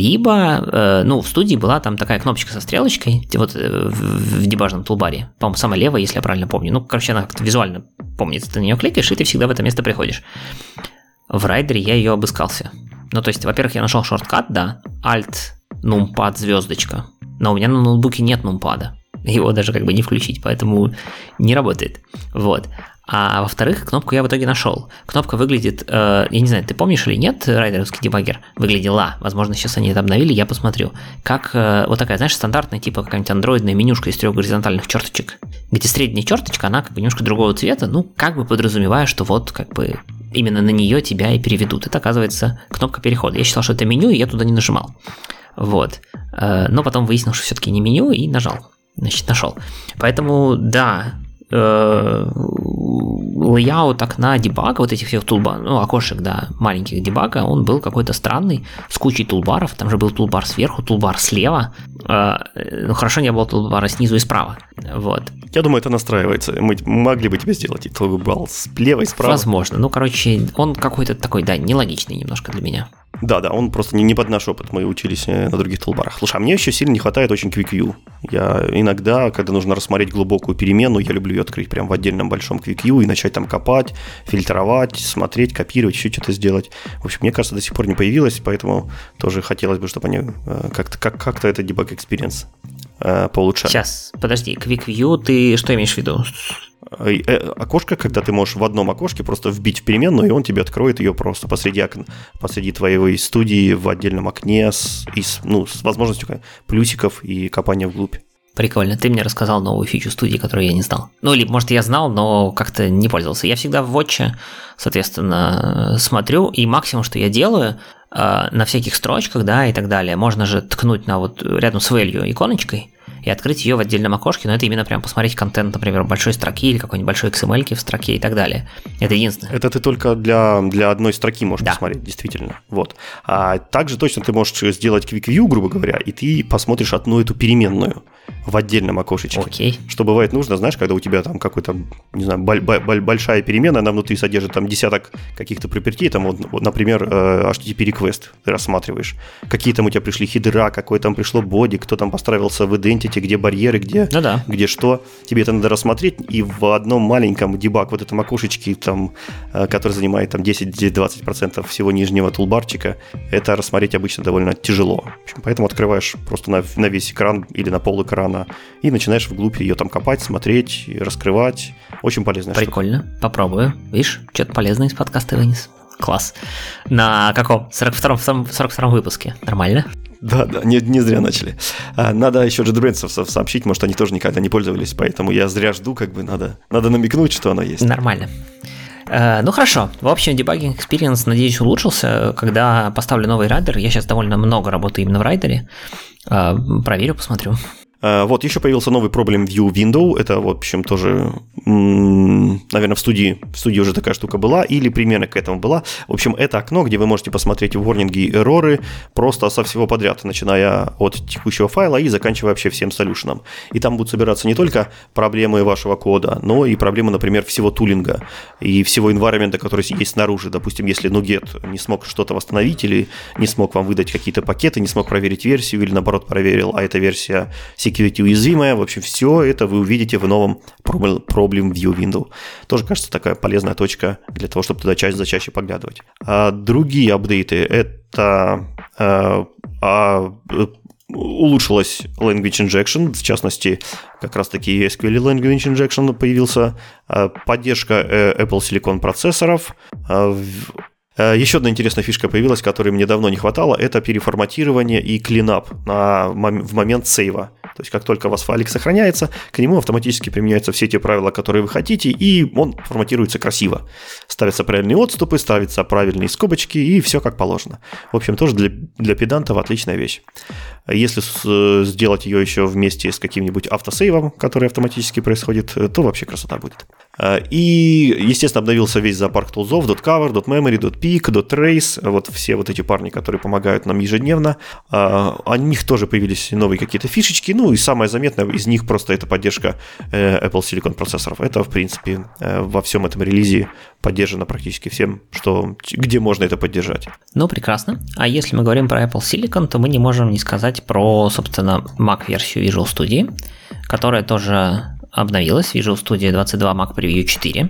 либо, в студии была там такая кнопочка со стрелочкой, вот в дебажном тулбаре, по-моему, самая левая, если я правильно помню. Ну, короче, она как-то визуально помнится, ты на нее кликаешь, и ты всегда в это место приходишь. В райдере я ее обыскался. Ну, то есть, во-первых, я нашел шорткат, да, Alt, numpad, звездочка, но у меня на ноутбуке нет нумпада. Его даже как бы не включить, поэтому не работает. Вот. А во-вторых, кнопку я в итоге нашел. Кнопка выглядит, я не знаю, ты помнишь или нет, райдеровский дебаггер выглядела, возможно, сейчас они это обновили, я посмотрю, как вот такая, знаешь, стандартная, типа какая-нибудь андроидная менюшка из 3 горизонтальных черточек, где средняя черточка, она как бы немножко другого цвета, ну, как бы подразумевая, что вот как бы именно на нее тебя и переведут. Это, оказывается, кнопка перехода. Я считал, что это меню, и я туда не нажимал. Вот. Но потом выяснил, что все-таки не меню, и нажал. Значит, нашел. Поэтому, да, лейаут окна дебага, вот этих всех окошек, да, маленьких дебага, он был какой-то странный, с кучей тулбаров, там же был тулбар сверху, тулбар слева, ну, хорошо не было тулбара снизу и справа, вот. Я думаю, это настраивается, мы могли бы тебе сделать и тулбар слева и справа. Возможно, ну, короче, он какой-то такой, да, нелогичный немножко для меня. Да, он просто не под наш опыт, мы учились на других тулбарах. Слушай, а мне еще сильно не хватает очень Quick View. Я иногда, когда нужно рассмотреть глубокую перемену, я люблю ее открыть прям в отдельном большом Quick View и начать там копать, фильтровать, смотреть, копировать, еще что-то сделать. В общем, мне кажется, до сих пор не появилось, поэтому тоже хотелось бы, чтобы они как-то этот debug experience поулучшали. Сейчас, подожди, Quick View, ты что имеешь в виду? окошко, когда ты можешь в одном окошке просто вбить в переменную, и он тебе откроет ее просто посреди твоей студии в отдельном окне с возможностью плюсиков и копания вглубь. Прикольно. Ты мне рассказал новую фичу студии, которую я не знал. Ну, или, может, я знал, но как-то не пользовался. Я всегда в Watch, соответственно, смотрю, и максимум, что я делаю, на всяких строчках, да, и так далее, можно же ткнуть на вот рядом с value иконочкой и открыть ее в отдельном окошке, но это именно прям посмотреть контент, например, большой строки или какой-нибудь большой XML в строке и так далее. Это единственное. Это ты только для одной строки можешь посмотреть, действительно. Вот. А также точно ты можешь сделать Quick View, грубо говоря, и ты посмотришь одну эту переменную в отдельном окошечке. Окей. Что бывает нужно, знаешь, когда у тебя там какой-то, не знаю, большая переменная, она внутри содержит там десяток каких-то пропертей, там, вот, например, HTTP request ты рассматриваешь. Какие там у тебя пришли хедера, какой там пришло боди, кто там построился в Identity, где барьеры, где что. Тебе это надо рассмотреть, и в одном маленьком дебаг вот этом окошечке, там, который занимает там 10-20% всего нижнего тулбарчика, это рассмотреть обычно довольно тяжело. В общем, поэтому открываешь просто на весь экран или на пол экрана и начинаешь вглубь ее там копать, смотреть, раскрывать. Очень полезная штука. Прикольно, попробую. Видишь, что-то полезное из подкаста вынес. Класс. На каком? 42-м выпуске. Нормально? Да, не зря начали. Надо еще JetBrains сообщить, может, они тоже никогда не пользовались, поэтому я зря жду, надо намекнуть, что она есть. Нормально. Ну хорошо, в общем, дебагинг experience, надеюсь, улучшился. Когда поставлю новый райдер, я сейчас довольно много работаю именно в райдере, проверю, посмотрю. Вот, еще появился новый Problem View Window. Это, в общем, тоже, наверное, в студии уже такая штука была, или примерно к этому была. В общем, это окно, где вы можете посмотреть ворнинги и эрроры просто со всего подряд, начиная от текущего файла и заканчивая вообще всем солюшеном. И там будут собираться не только проблемы вашего кода, но и проблемы, например, всего тулинга и всего environment, который есть снаружи. Допустим, если NuGet не смог что-то восстановить или не смог вам выдать какие-то пакеты, не смог проверить версию или, наоборот, проверил, а эта версия security уязвимая. В общем, все это вы увидите в новом Problem View Window. Тоже, кажется, такая полезная точка для того, чтобы туда чаще поглядывать. А другие апдейты – это улучшилась Language Injection, в частности, как раз-таки SQL Language Injection появился, поддержка Apple Silicon процессоров. Еще одна интересная фишка появилась, которой мне давно не хватало, это переформатирование и клинап в момент сейва. То есть, как только у вас файлик сохраняется, к нему автоматически применяются все те правила, которые вы хотите, и он форматируется красиво. Ставятся правильные отступы, ставятся правильные скобочки, и все как положено. В общем, тоже для педантов отличная вещь. Если сделать ее еще вместе с каким-нибудь автосейвом, который автоматически происходит, то вообще красота будет. И, естественно, обновился весь зоопарк тулзов, .cover, .memory, .peak, .trace, вот все вот эти парни, которые помогают нам ежедневно. У них тоже появились новые какие-то фишечки, ну и самое заметное из них просто это поддержка Apple Silicon процессоров. Это, в принципе, во всем этом релизе поддержано практически всем, где можно это поддержать. Ну, прекрасно. А если мы говорим про Apple Silicon, то мы не можем не сказать про, собственно, Mac-версию Visual Studio, которая тоже обновилась, Visual Studio 22 Mac Preview 4.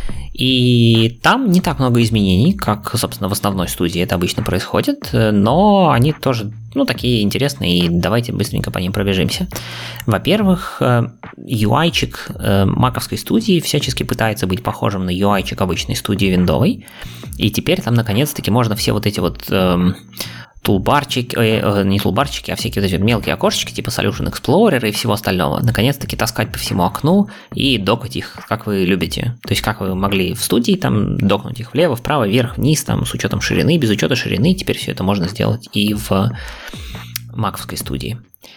И там не так много изменений, как, собственно, в основной студии это обычно происходит, но они тоже, такие интересные, и давайте быстренько по ним пробежимся. Во-первых, UI-чик маковской студии всячески пытается быть похожим на UI-чик обычной студии виндовой, и теперь там, наконец-таки, можно все вот эти вот тулбарчики, не тулбарчики, а всякие вот эти мелкие окошечки, типа Solution Explorer и всего остального, наконец-таки таскать по всему окну и докать их, как вы любите. То есть, как вы могли в студии там докнуть их влево, вправо, вверх, вниз, там, с учетом ширины, без учета ширины, теперь все это можно сделать и в маковской студии.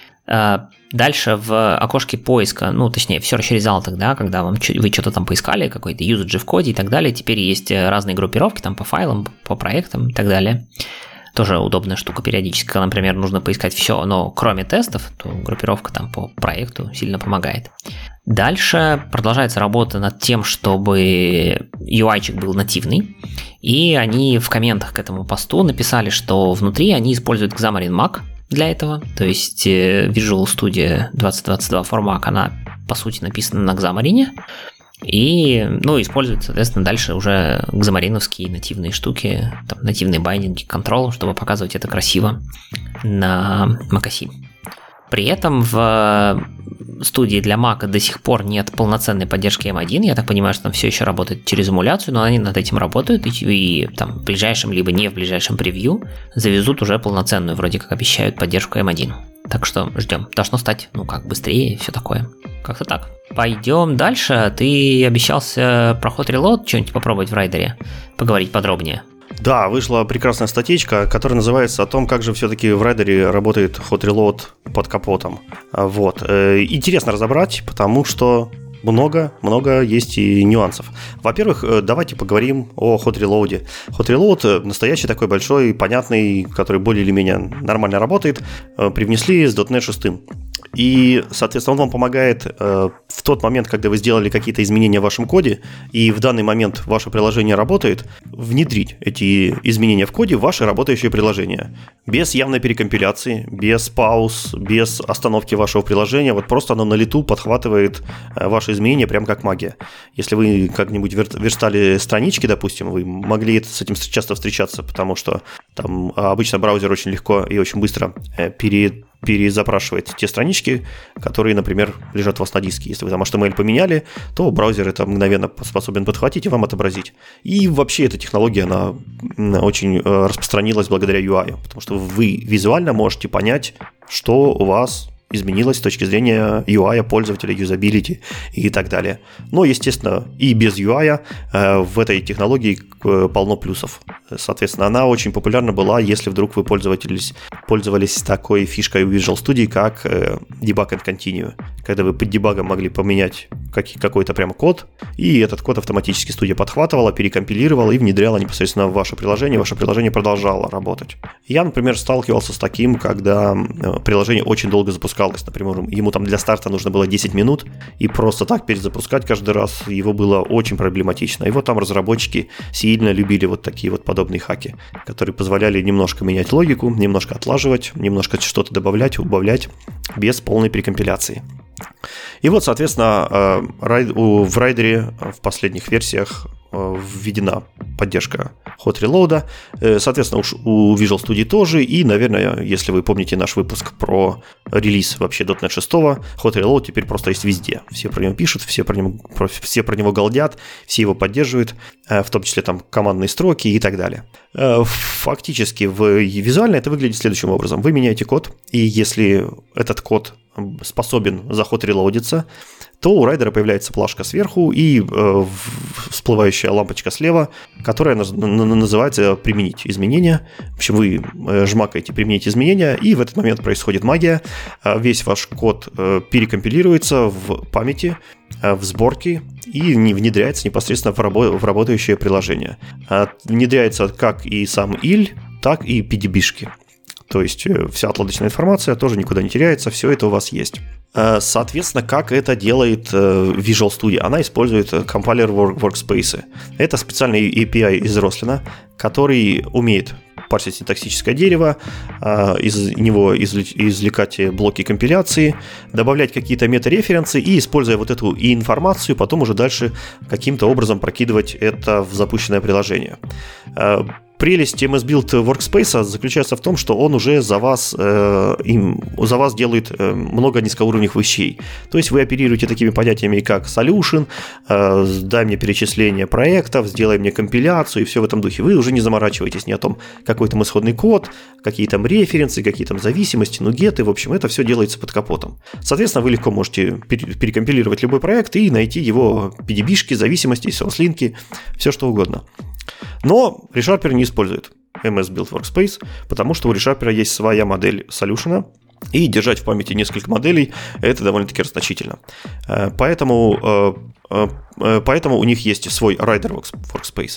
Дальше в окошке поиска, точнее, в Search Result, да, когда вы что-то там поискали, какой-то usage в коде и так далее, теперь есть разные группировки там по файлам, по проектам и так далее. Тоже удобная штука периодически, когда, например, нужно поискать все, но кроме тестов, то группировка там по проекту сильно помогает. Дальше продолжается работа над тем, чтобы UI-чик был нативный, и они в комментах к этому посту написали, что внутри они используют Xamarin Mac для этого, то есть Visual Studio 2022 for Mac, она по сути написана на Xamarin, и, используют, соответственно, дальше уже xamarin-овские нативные штуки, там, нативные байдинги, control, чтобы показывать это красиво на macOS. При этом в студии для Mac до сих пор нет полноценной поддержки M1. Я так понимаю, что там все еще работает через эмуляцию, но они над этим работают, и там в ближайшем, либо не в ближайшем превью завезут уже полноценную, вроде как обещают, поддержку M1. Так что ждем. Должно стать, быстрее и все такое. Как-то так. Пойдем дальше. Ты обещался про Hot Reload что-нибудь попробовать в райдере, поговорить подробнее. Да, вышла прекрасная статейка, которая называется о том, как же все-таки в райдере работает Hot Reload под капотом. Вот. Интересно разобрать, потому что много есть и нюансов. Во-первых, давайте поговорим о Hot Reload. Hot Reload настоящий такой большой, понятный, который более или менее нормально работает, привнесли с .NET 6. И, соответственно, он вам помогает в тот момент, когда вы сделали какие-то изменения в вашем коде, и в данный момент ваше приложение работает, внедрить эти изменения в коде в ваше работающее приложение. Без явной перекомпиляции, без пауз, без остановки вашего приложения. Вот просто оно на лету подхватывает ваши изменения прям как магия. Если вы как-нибудь верстали странички, допустим, вы могли с этим часто встречаться, потому что там обычно браузер очень легко и очень быстро перезапрашивает те странички, которые, например, лежат у вас на диске. Если вы там HTML поменяли, то браузер это мгновенно способен подхватить и вам отобразить. И вообще эта технология, она очень распространилась благодаря UI, потому что вы визуально можете понять, что у вас изменилось с точки зрения UI, пользователя, юзабилити и так далее. Но, естественно, и без UI в этой технологии полно плюсов. Соответственно, она очень популярна была, если вдруг вы пользовались такой фишкой в Visual Studio, как Debug and Continue, когда вы под дебагом могли поменять какой-то прям код, и этот код автоматически студия подхватывала, перекомпилировала и внедряла непосредственно в ваше приложение продолжало работать. Я, например, сталкивался с таким, когда приложение очень долго запускалось. Например, ему там для старта нужно было 10 минут, и просто так перезапускать каждый раз его было очень проблематично. И вот там разработчики сильно любили вот такие вот подобные хаки, которые позволяли немножко менять логику, немножко отлаживать, немножко что-то добавлять, убавлять без полной перекомпиляции. И вот, соответственно, в райдере в последних версиях введена поддержка Hot Reload. Соответственно, уж у Visual Studio тоже. И, наверное, если вы помните наш выпуск про релиз вообще .NET 6, Hot Reload теперь просто есть везде. Все про него пишут, все про него галдят, все его поддерживают, в том числе там командные строки и так далее. Фактически, визуально это выглядит следующим образом. Вы меняете код, и если этот код способен заход-релоудиться, то у райдера появляется плашка сверху и всплывающая лампочка слева, которая называется «Применить изменения». В общем, вы жмакаете «Применить изменения», и в этот момент происходит магия. Весь ваш код перекомпилируется в памяти, в сборке и внедряется непосредственно в работающее приложение. Внедряется как и сам IL, так и PDB-шки. То есть вся отладочная информация тоже никуда не теряется, все это у вас есть. Соответственно, как это делает Visual Studio? Она использует компайлер workspace. Это специальный API из Roslyn, который умеет парсить синтаксическое дерево, из него извлекать блоки компиляции, добавлять какие-то мета-референсы и, используя вот эту информацию, потом уже дальше каким-то образом прокидывать это в запущенное приложение. Прелесть MS Build Workspace заключается в том, что он уже за вас делает много низкоуровневых вещей. То есть вы оперируете такими понятиями, как solution, дай мне перечисление проектов, сделай мне компиляцию и все в этом духе. Вы уже не заморачиваетесь ни о том, какой там исходный код, какие там референсы, какие там зависимости, нугеты. В общем, это все делается под капотом. Соответственно, вы легко можете перекомпилировать любой проект и найти его PDB-шки, зависимости, source-линки, все что угодно. Но ReSharper не использует MS Build Workspace, потому что у ReSharper есть своя модель Solution, и держать в памяти несколько моделей – это довольно-таки расточительно. Поэтому у них есть свой Rider Workspace.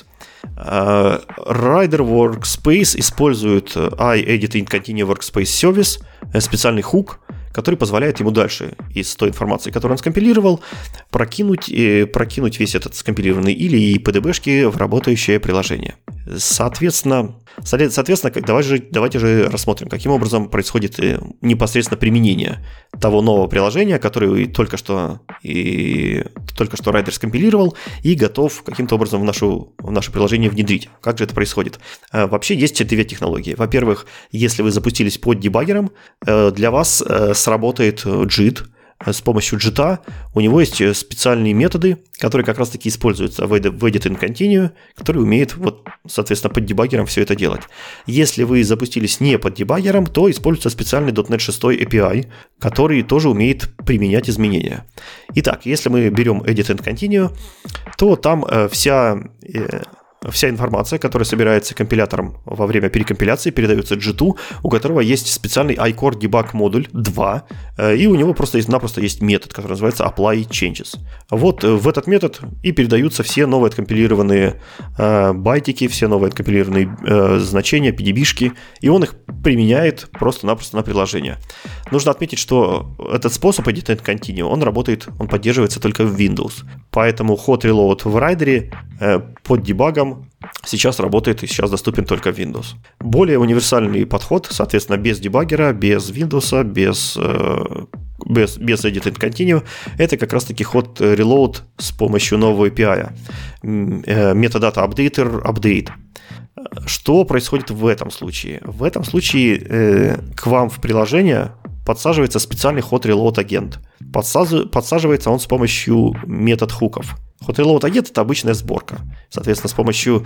Rider Workspace использует iEditing Continue Workspace Service, специальный хук, который позволяет ему дальше из той информации, которую он скомпилировал, прокинуть весь этот скомпилированный или PDB-шки в работающее приложение. Соответственно, давайте же рассмотрим, каким образом происходит непосредственно применение того нового приложения, которое только что Rider скомпилировал и готов каким-то образом в наше приложение внедрить. Как же это происходит? Вообще есть две технологии. Во-первых, если вы запустились под дебаггером, для вас сработает JIT, с помощью JIT у него есть специальные методы, которые как раз-таки используются в Edit in Continue, который умеет, соответственно, под дебаггером все это делать. Если вы запустились не под дебаггером, то используется специальный .NET 6 API, который тоже умеет применять изменения. Итак, если мы берем Edit in Continue, то там вся информация, которая собирается компилятором во время перекомпиляции, передается JIT, у которого есть специальный iCore Debug модуль 2, и у него просто-напросто есть метод, который называется apply changes. Вот в этот метод и передаются все новые откомпилированные байтики, все новые откомпилированные значения, PDB-шки, и он их применяет просто-напросто на приложение. Нужно отметить, что этот способ Edit in Continue, он поддерживается только в Windows, поэтому hot reload в райдере под дебагом сейчас работает и сейчас доступен только в Windows. Более универсальный подход, соответственно, без дебаггера, без Windows, без Edit in Continue, это как раз-таки hot reload с помощью нового API. Metadata updater update. Что происходит в этом случае? В этом случае к вам в приложение подсаживается специальный hot reload агент. Подсаживается он с помощью метод хуков. Hot reload агент — это обычная сборка. Соответственно, с помощью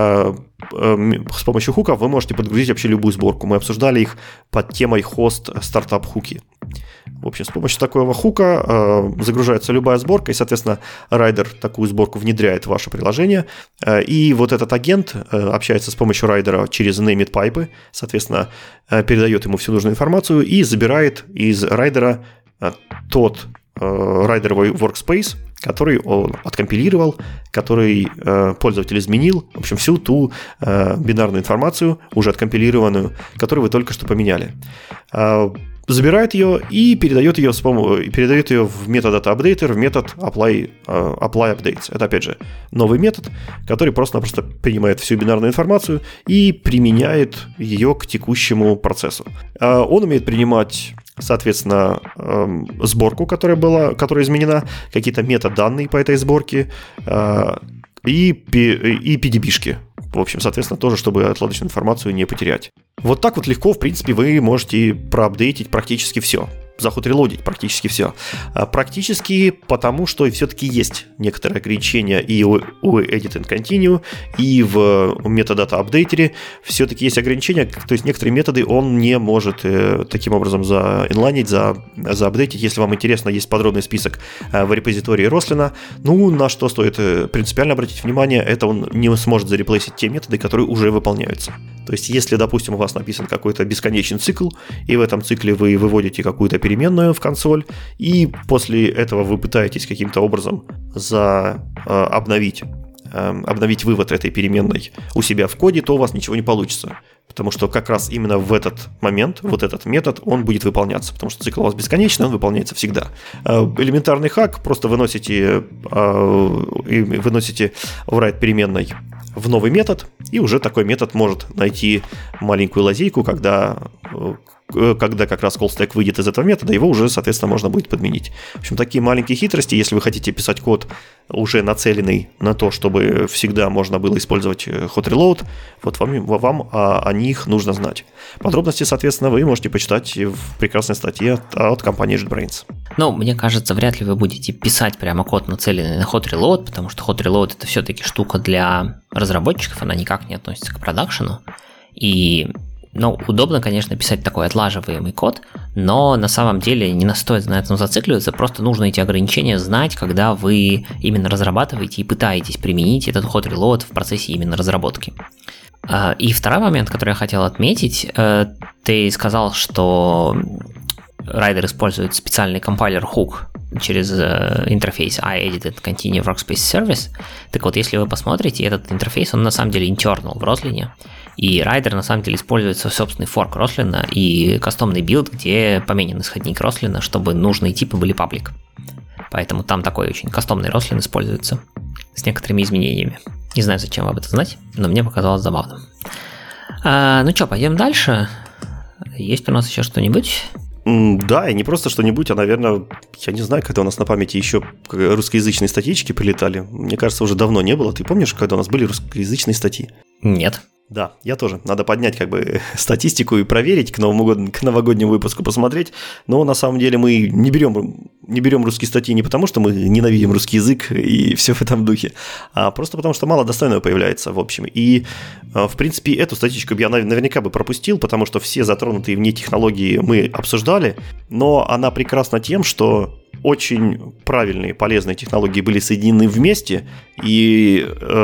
хуков вы можете подгрузить вообще любую сборку. Мы обсуждали их под темой хост стартап хуки. В общем, с помощью такого хука загружается любая сборка, и, соответственно, райдер такую сборку внедряет в ваше приложение. И вот этот агент общается с помощью райдера через named pipe, соответственно, передает ему всю нужную информацию и забирает из райдера тот райдеровый workspace, который он откомпилировал, который пользователь изменил, в общем, всю ту бинарную информацию, уже откомпилированную, которую вы только что поменяли. Забирает ее и передает ее в метод DataUpdater, в метод apply updates. Это, опять же, новый метод, который просто-напросто принимает всю бинарную информацию и применяет ее к текущему процессу. Он умеет принимать, соответственно, сборку, которая изменена, какие-то метаданные по этой сборке и PDB-шки. В общем, соответственно, тоже, чтобы отладочную информацию не потерять. Вот так вот легко, в принципе, вы можете проапдейтить практически все. Заход-релодить практически все. Практически потому, что все-таки есть некоторые ограничения и у Edit in Continue, и в методата апдейтере. Все-таки есть ограничения, то есть некоторые методы он не может таким образом заинлайнить, заапдейтить. Если вам интересно, есть подробный список в репозитории Рослина. Ну, на что стоит принципиально обратить внимание, это он не сможет зареплейсить те методы, которые уже выполняются. То есть, если, допустим, у вас написан какой-то бесконечный цикл, и в этом цикле вы выводите какую-то переменную в консоль, и после этого вы пытаетесь каким-то образом обновить вывод этой переменной у себя в коде, то у вас ничего не получится. Потому что как раз именно в этот момент, вот этот метод, он будет выполняться. Потому что цикл у вас бесконечный, он выполняется всегда. Элементарный хак, просто выносите write переменной в новый метод, и уже такой метод может найти маленькую лазейку, когда как раз call-stack выйдет из этого метода, его уже, соответственно, можно будет подменить. В общем, такие маленькие хитрости, если вы хотите писать код, уже нацеленный на то, чтобы всегда можно было использовать hot reload, вот вам о них нужно знать. Подробности, соответственно, вы можете почитать в прекрасной статье от компании JetBrains. Ну, мне кажется, вряд ли вы будете писать прямо код, нацеленный на hot reload, потому что hot reload — это все-таки штука для разработчиков, она никак не относится к продакшену. Удобно, конечно, писать такой отлаживаемый код, но на самом деле не стоит на этом зацикливаться, просто нужно эти ограничения знать, когда вы именно разрабатываете и пытаетесь применить этот hot reload в процессе именно разработки. И второй момент, который я хотел отметить, ты сказал, что райдер использует специальный компайлер hook через интерфейс iEdit Continue Workspace Service. Так вот, если вы посмотрите, этот интерфейс, он на самом деле internal в Roslyn, и райдер на самом деле использует свой собственный форк Roslyn и кастомный билд, где поменен исходник Roslyn, чтобы нужные типы были паблик. Поэтому там такой очень кастомный Roslyn используется с некоторыми изменениями. Не знаю, зачем вам это знать, но мне показалось забавным. Пойдем дальше. Есть у нас еще что-нибудь? Да, и не просто что-нибудь, а, наверное, я не знаю, когда у нас на памяти еще русскоязычные статьички прилетали. Мне кажется, уже давно не было. Ты помнишь, когда у нас были русскоязычные статьи? Нет. Да, я тоже. Надо поднять статистику и проверить, к новогоднему выпуску посмотреть. Но на самом деле мы не берем русские статьи не потому, что мы ненавидим русский язык и все в этом духе, а просто потому, что мало достойного появляется в общем. И, в принципе, эту статистику я наверняка бы пропустил, потому что все затронутые в ней технологии мы обсуждали, но она прекрасна тем, что очень правильные, полезные технологии были соединены вместе, и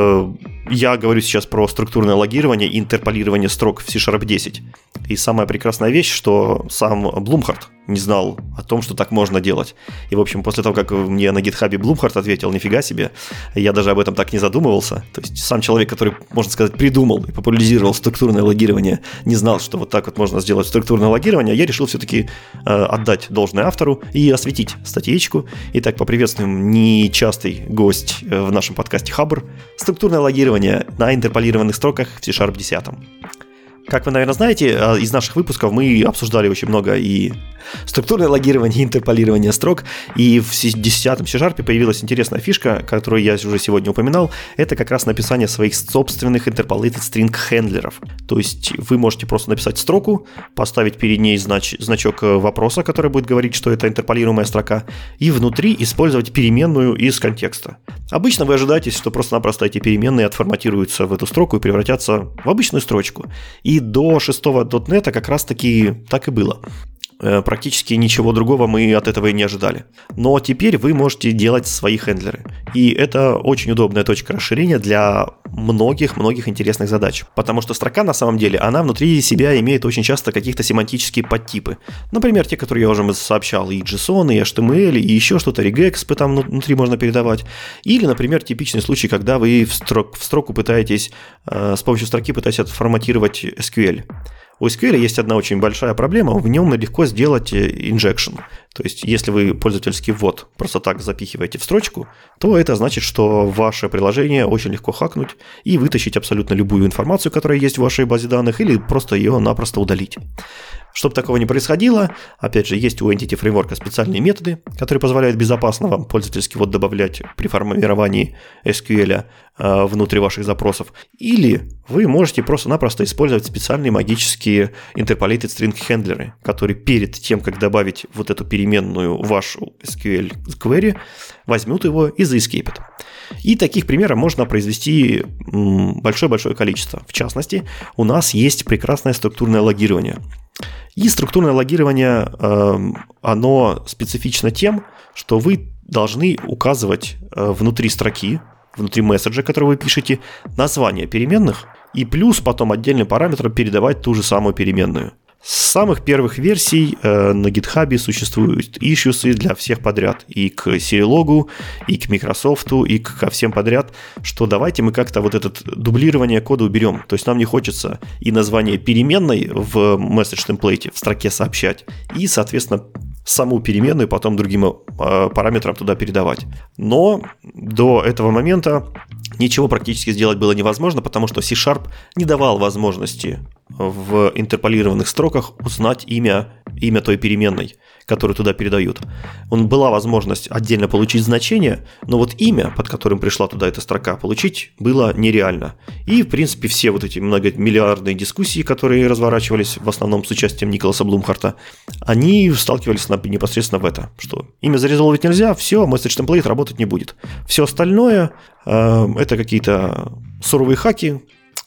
я говорю сейчас про структурное логирование и интерполирование строк в C# 10. И самая прекрасная вещь, что сам Блумхард не знал о том, что так можно делать. И, в общем, после того, как мне на гитхабе Блумхард ответил, нифига себе, я даже об этом так не задумывался. То есть сам человек, который, можно сказать, придумал и популяризировал структурное логирование, не знал, что вот так вот можно сделать структурное логирование, я решил все-таки отдать должное автору и осветить статьечку. Итак, поприветствуем нечастый гость в нашем подкасте Хабр. Структурное логирование на интерполированных строках в C# 10. Как вы, наверное, знаете, из наших выпусков мы обсуждали очень много и структурное логирование, и интерполирование строк, и в 10-м C# появилась интересная фишка, которую я уже сегодня упоминал, это как раз написание своих собственных interpolated string хендлеров. То есть вы можете просто написать строку, поставить перед ней значок вопроса, который будет говорить, что это интерполируемая строка, и внутри использовать переменную из контекста. Обычно вы ожидаете, что просто-напросто эти переменные отформатируются в эту строку и превратятся в обычную строчку. И до 6-го .NET как раз-таки так и было. Практически ничего другого мы от этого и не ожидали. Но теперь вы можете делать свои хендлеры. И это очень удобная точка расширения для многих интересных задач. Потому что строка на самом деле, она внутри себя имеет очень часто каких-то семантические подтипы. Например, те, которые я уже сообщал, и JSON, и HTML, и еще что-то, regex там внутри можно передавать. Или, например, типичный случай, когда вы в строку пытаетесь, с помощью строки пытаетесь отформатировать SQL. У SQL есть одна очень большая проблема, в нем легко сделать injection. То есть, если вы пользовательский ввод просто так запихиваете в строчку, то это значит, что ваше приложение очень легко хакнуть и вытащить абсолютно любую информацию, которая есть в вашей базе данных, или просто ее напросто удалить. Чтобы такого не происходило, опять же, есть у Entity Framework специальные методы, которые позволяют безопасно вам пользовательский ввод добавлять при формировании SQL внутри ваших запросов. Или вы можете просто-напросто использовать специальные магические interpolated string хендлеры, которые перед тем, как добавить вот эту переменную в вашу SQL query, возьмут его и заэскейпят. И таких примеров можно произвести большое-большое количество. В частности, у нас есть прекрасное структурное логирование. И структурное логирование, оно специфично тем, что вы должны указывать внутри строки, внутри месседжа, который вы пишете, название переменных, и плюс потом отдельным параметром передавать ту же самую переменную. С самых первых версий на GitHub существуют ишьюсы для всех подряд. И к Serilog, и к Microsoft, и ко всем подряд, что давайте мы как-то вот это дублирование кода уберем. То есть нам не хочется и название переменной в месседж-темплейте в строке сообщать, и, соответственно, саму переменную потом другим параметрам туда передавать. Но до этого момента ничего практически сделать было невозможно, потому что C# не давал возможности в интерполированных строках узнать имя той переменной, которую туда передают. Была возможность отдельно получить значение, но вот имя, под которым пришла туда эта строка, получить было нереально. И, в принципе, все вот эти многомиллиардные дискуссии, которые разворачивались в основном с участием Николаса Блумхарта, они сталкивались непосредственно в это, что имя зарезолвить нельзя, все, message template работать не будет. Все остальное это какие-то суровые хаки,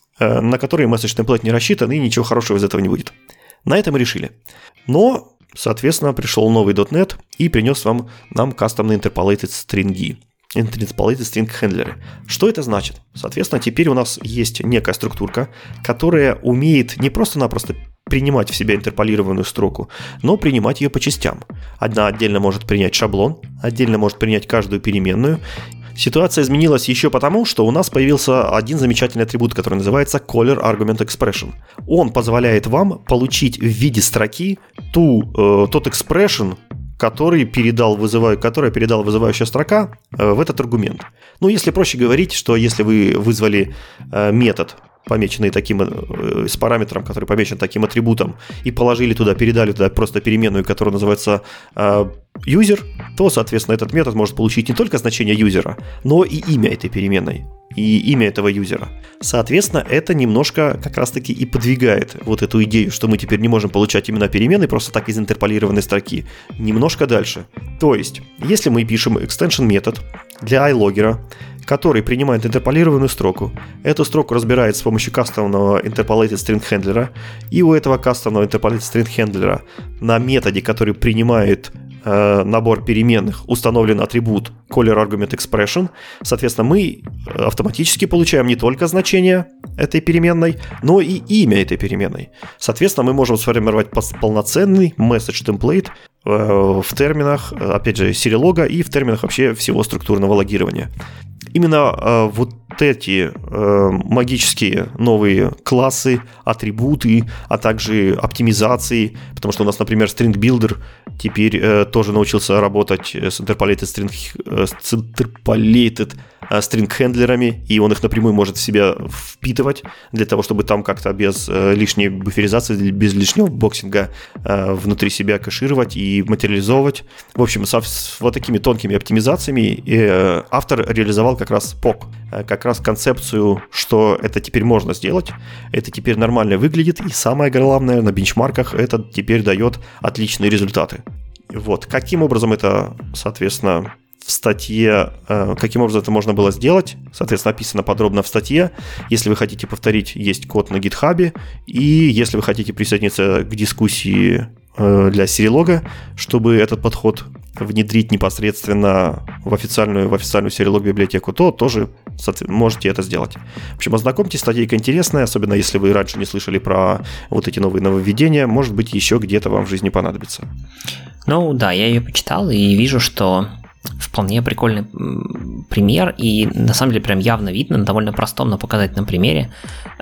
на которые message template не рассчитан, и ничего хорошего из этого не будет. На этом мы решили. Но, соответственно, пришел новый .NET и принес нам кастомные interpolated string. Interpolated string хендлеры. Что это значит? Соответственно, теперь у нас есть некая структурка, которая умеет не просто-напросто принимать в себя интерполированную строку, но принимать ее по частям. Одна отдельно может принять шаблон, отдельно может принять каждую переменную. Ситуация изменилась еще потому, что у нас появился один замечательный атрибут, который называется Caller Argument Expression. Он позволяет вам получить в виде строки тот expression, которая передала вызывающая строка в этот аргумент. Ну, если проще говорить, что если вы вызвали метод, помеченный с параметром, который помечен таким атрибутом, и передали туда просто переменную, которая называется user, то, соответственно, этот метод может получить не только значение юзера, но и имя этой переменной. и имя этого юзера. Соответственно, это немножко как раз-таки и подвигает вот эту идею, что мы теперь не можем получать имена перемены просто так из интерполированной строки, немножко дальше. То есть, если мы пишем extension метод для iLogger, который принимает интерполированную строку, эту строку разбирает с помощью кастомного interpolated string handler, и у этого кастомного interpolated string handler на методе, который принимает набор переменных, установлен атрибут caller argument expression. Соответственно, мы автоматически получаем не только значение этой переменной, но и имя этой переменной. Соответственно, мы можем сформировать полноценный message template в терминах, опять же, серилога и в терминах вообще всего структурного логирования. Именно вот эти магические новые классы, атрибуты, а также оптимизации, потому что у нас, например, String Builder теперь тоже научился работать с interpolated string-хендлерами, и он их напрямую может в себя впитывать для того, чтобы там как-то без лишней буферизации, без лишнего боксинга внутри себя кэшировать и материализовывать. В общем, с вот такими тонкими оптимизациями автор реализовал как раз POC, как раз концепцию, что это теперь можно сделать, это теперь нормально выглядит, и самое главное, на бенчмарках это теперь дает отличные результаты. Вот. Каким образом это, соответственно, в статье, каким образом это можно было сделать, соответственно, описано подробно в статье. Если вы хотите повторить, есть код на GitHub, и если вы хотите присоединиться к дискуссии для серилога, чтобы этот подход внедрить непосредственно в официальную серилог библиотеку, то тоже можете это сделать. В общем, ознакомьтесь, статейка интересная, особенно если вы раньше не слышали про вот эти новые нововведения, может быть, еще где-то вам в жизни понадобится. Ну да, я ее почитал и вижу, что вполне прикольный пример, и на самом деле прям явно видно на довольно простом, но показательном примере,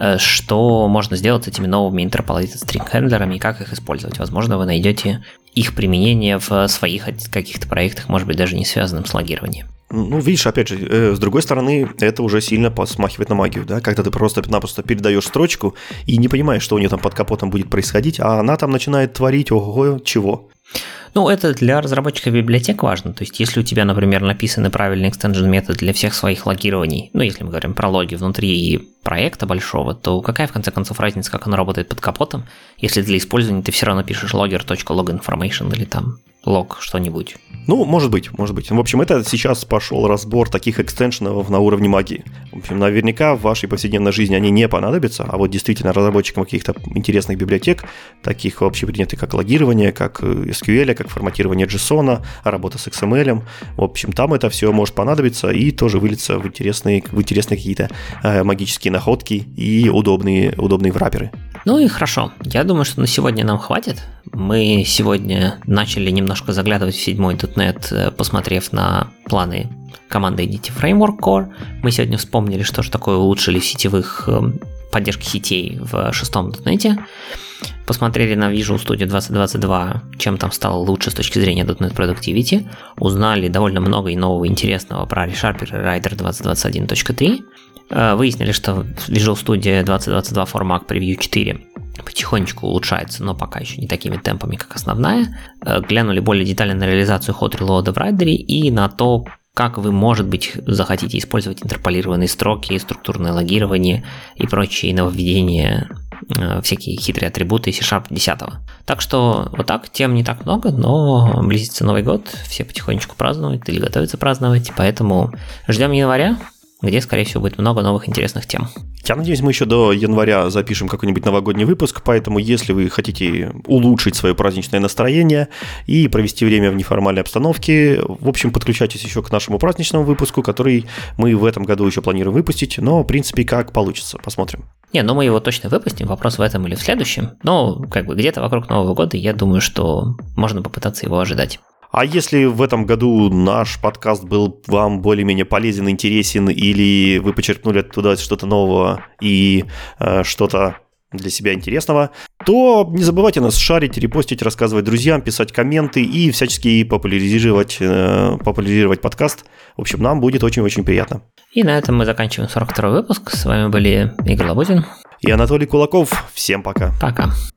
что можно сделать с этими новыми interpolated string handler'ами и как их использовать. Возможно, вы найдете их применение в своих каких-то проектах, может быть, даже не связанным с логированием. Ну, видишь, опять же, с другой стороны, это уже сильно смахивает на магию, да, когда ты просто-напросто передаешь строчку и не понимаешь, что у нее там под капотом будет происходить, а она там начинает творить ого чего. Ну, это для разработчиков библиотек важно. То есть, если у тебя, например, написаны правильный extension метод для всех своих логирований, ну, если мы говорим про логи внутри проекта большого, то какая, в конце концов, разница, как оно работает под капотом, если для использования ты все равно пишешь logger.loginformation или там лог что-нибудь? Ну, может быть. В общем, это сейчас пошел разбор таких экстеншенов на уровне магии. В общем, наверняка в вашей повседневной жизни они не понадобятся, а вот действительно разработчикам каких-то интересных библиотек, таких общепринятых, как логирование, как SQL, как форматирование JSON, работа с XML, в общем, там это все может понадобиться и тоже выльется в интересные какие-то магические находки и удобные врапперы. Ну и хорошо. Я думаю, что на сегодня нам хватит. Мы сегодня начали немножко заглядывать в 7.й .NET, посмотрев на планы команды Entity Framework Core. Мы сегодня вспомнили, что же такое улучшили в сетевых поддержки сетей в 6.м .NET. Посмотрели на Visual Studio 2022, чем там стало лучше с точки зрения .NET Productivity. Узнали довольно много и нового интересного про ReSharper и Rider 2021.3. Выяснили, что Visual Studio 2022 Format Preview 4 потихонечку улучшается, но пока еще не такими темпами, как основная. Глянули более детально на реализацию hot reload в Rider и на то, как вы, может быть, захотите использовать интерполированные строки, структурное логирование и прочие нововведения, всякие хитрые атрибуты C# 10. Так что вот так, тем не так много, но близится Новый год, все потихонечку празднуют или готовятся праздновать, поэтому ждем января, где, скорее всего, будет много новых интересных тем. Я надеюсь, мы еще до января запишем какой-нибудь новогодний выпуск, поэтому если вы хотите улучшить свое праздничное настроение и провести время в неформальной обстановке, в общем, подключайтесь еще к нашему праздничному выпуску, который мы в этом году еще планируем выпустить, но, в принципе, как получится, посмотрим. Ну мы его точно выпустим, вопрос в этом или в следующем, но как бы где-то вокруг Нового года, я думаю, что можно попытаться его ожидать. А если в этом году наш подкаст был вам более-менее полезен, интересен, или вы почерпнули оттуда что-то нового и что-то для себя интересного, то не забывайте нас шарить, репостить, рассказывать друзьям, писать комменты и всячески популяризировать подкаст. В общем, нам будет очень-очень приятно. И на этом мы заканчиваем 42-й выпуск. С вами были Игорь Лабутин и Анатолий Кулаков. Всем пока. Пока.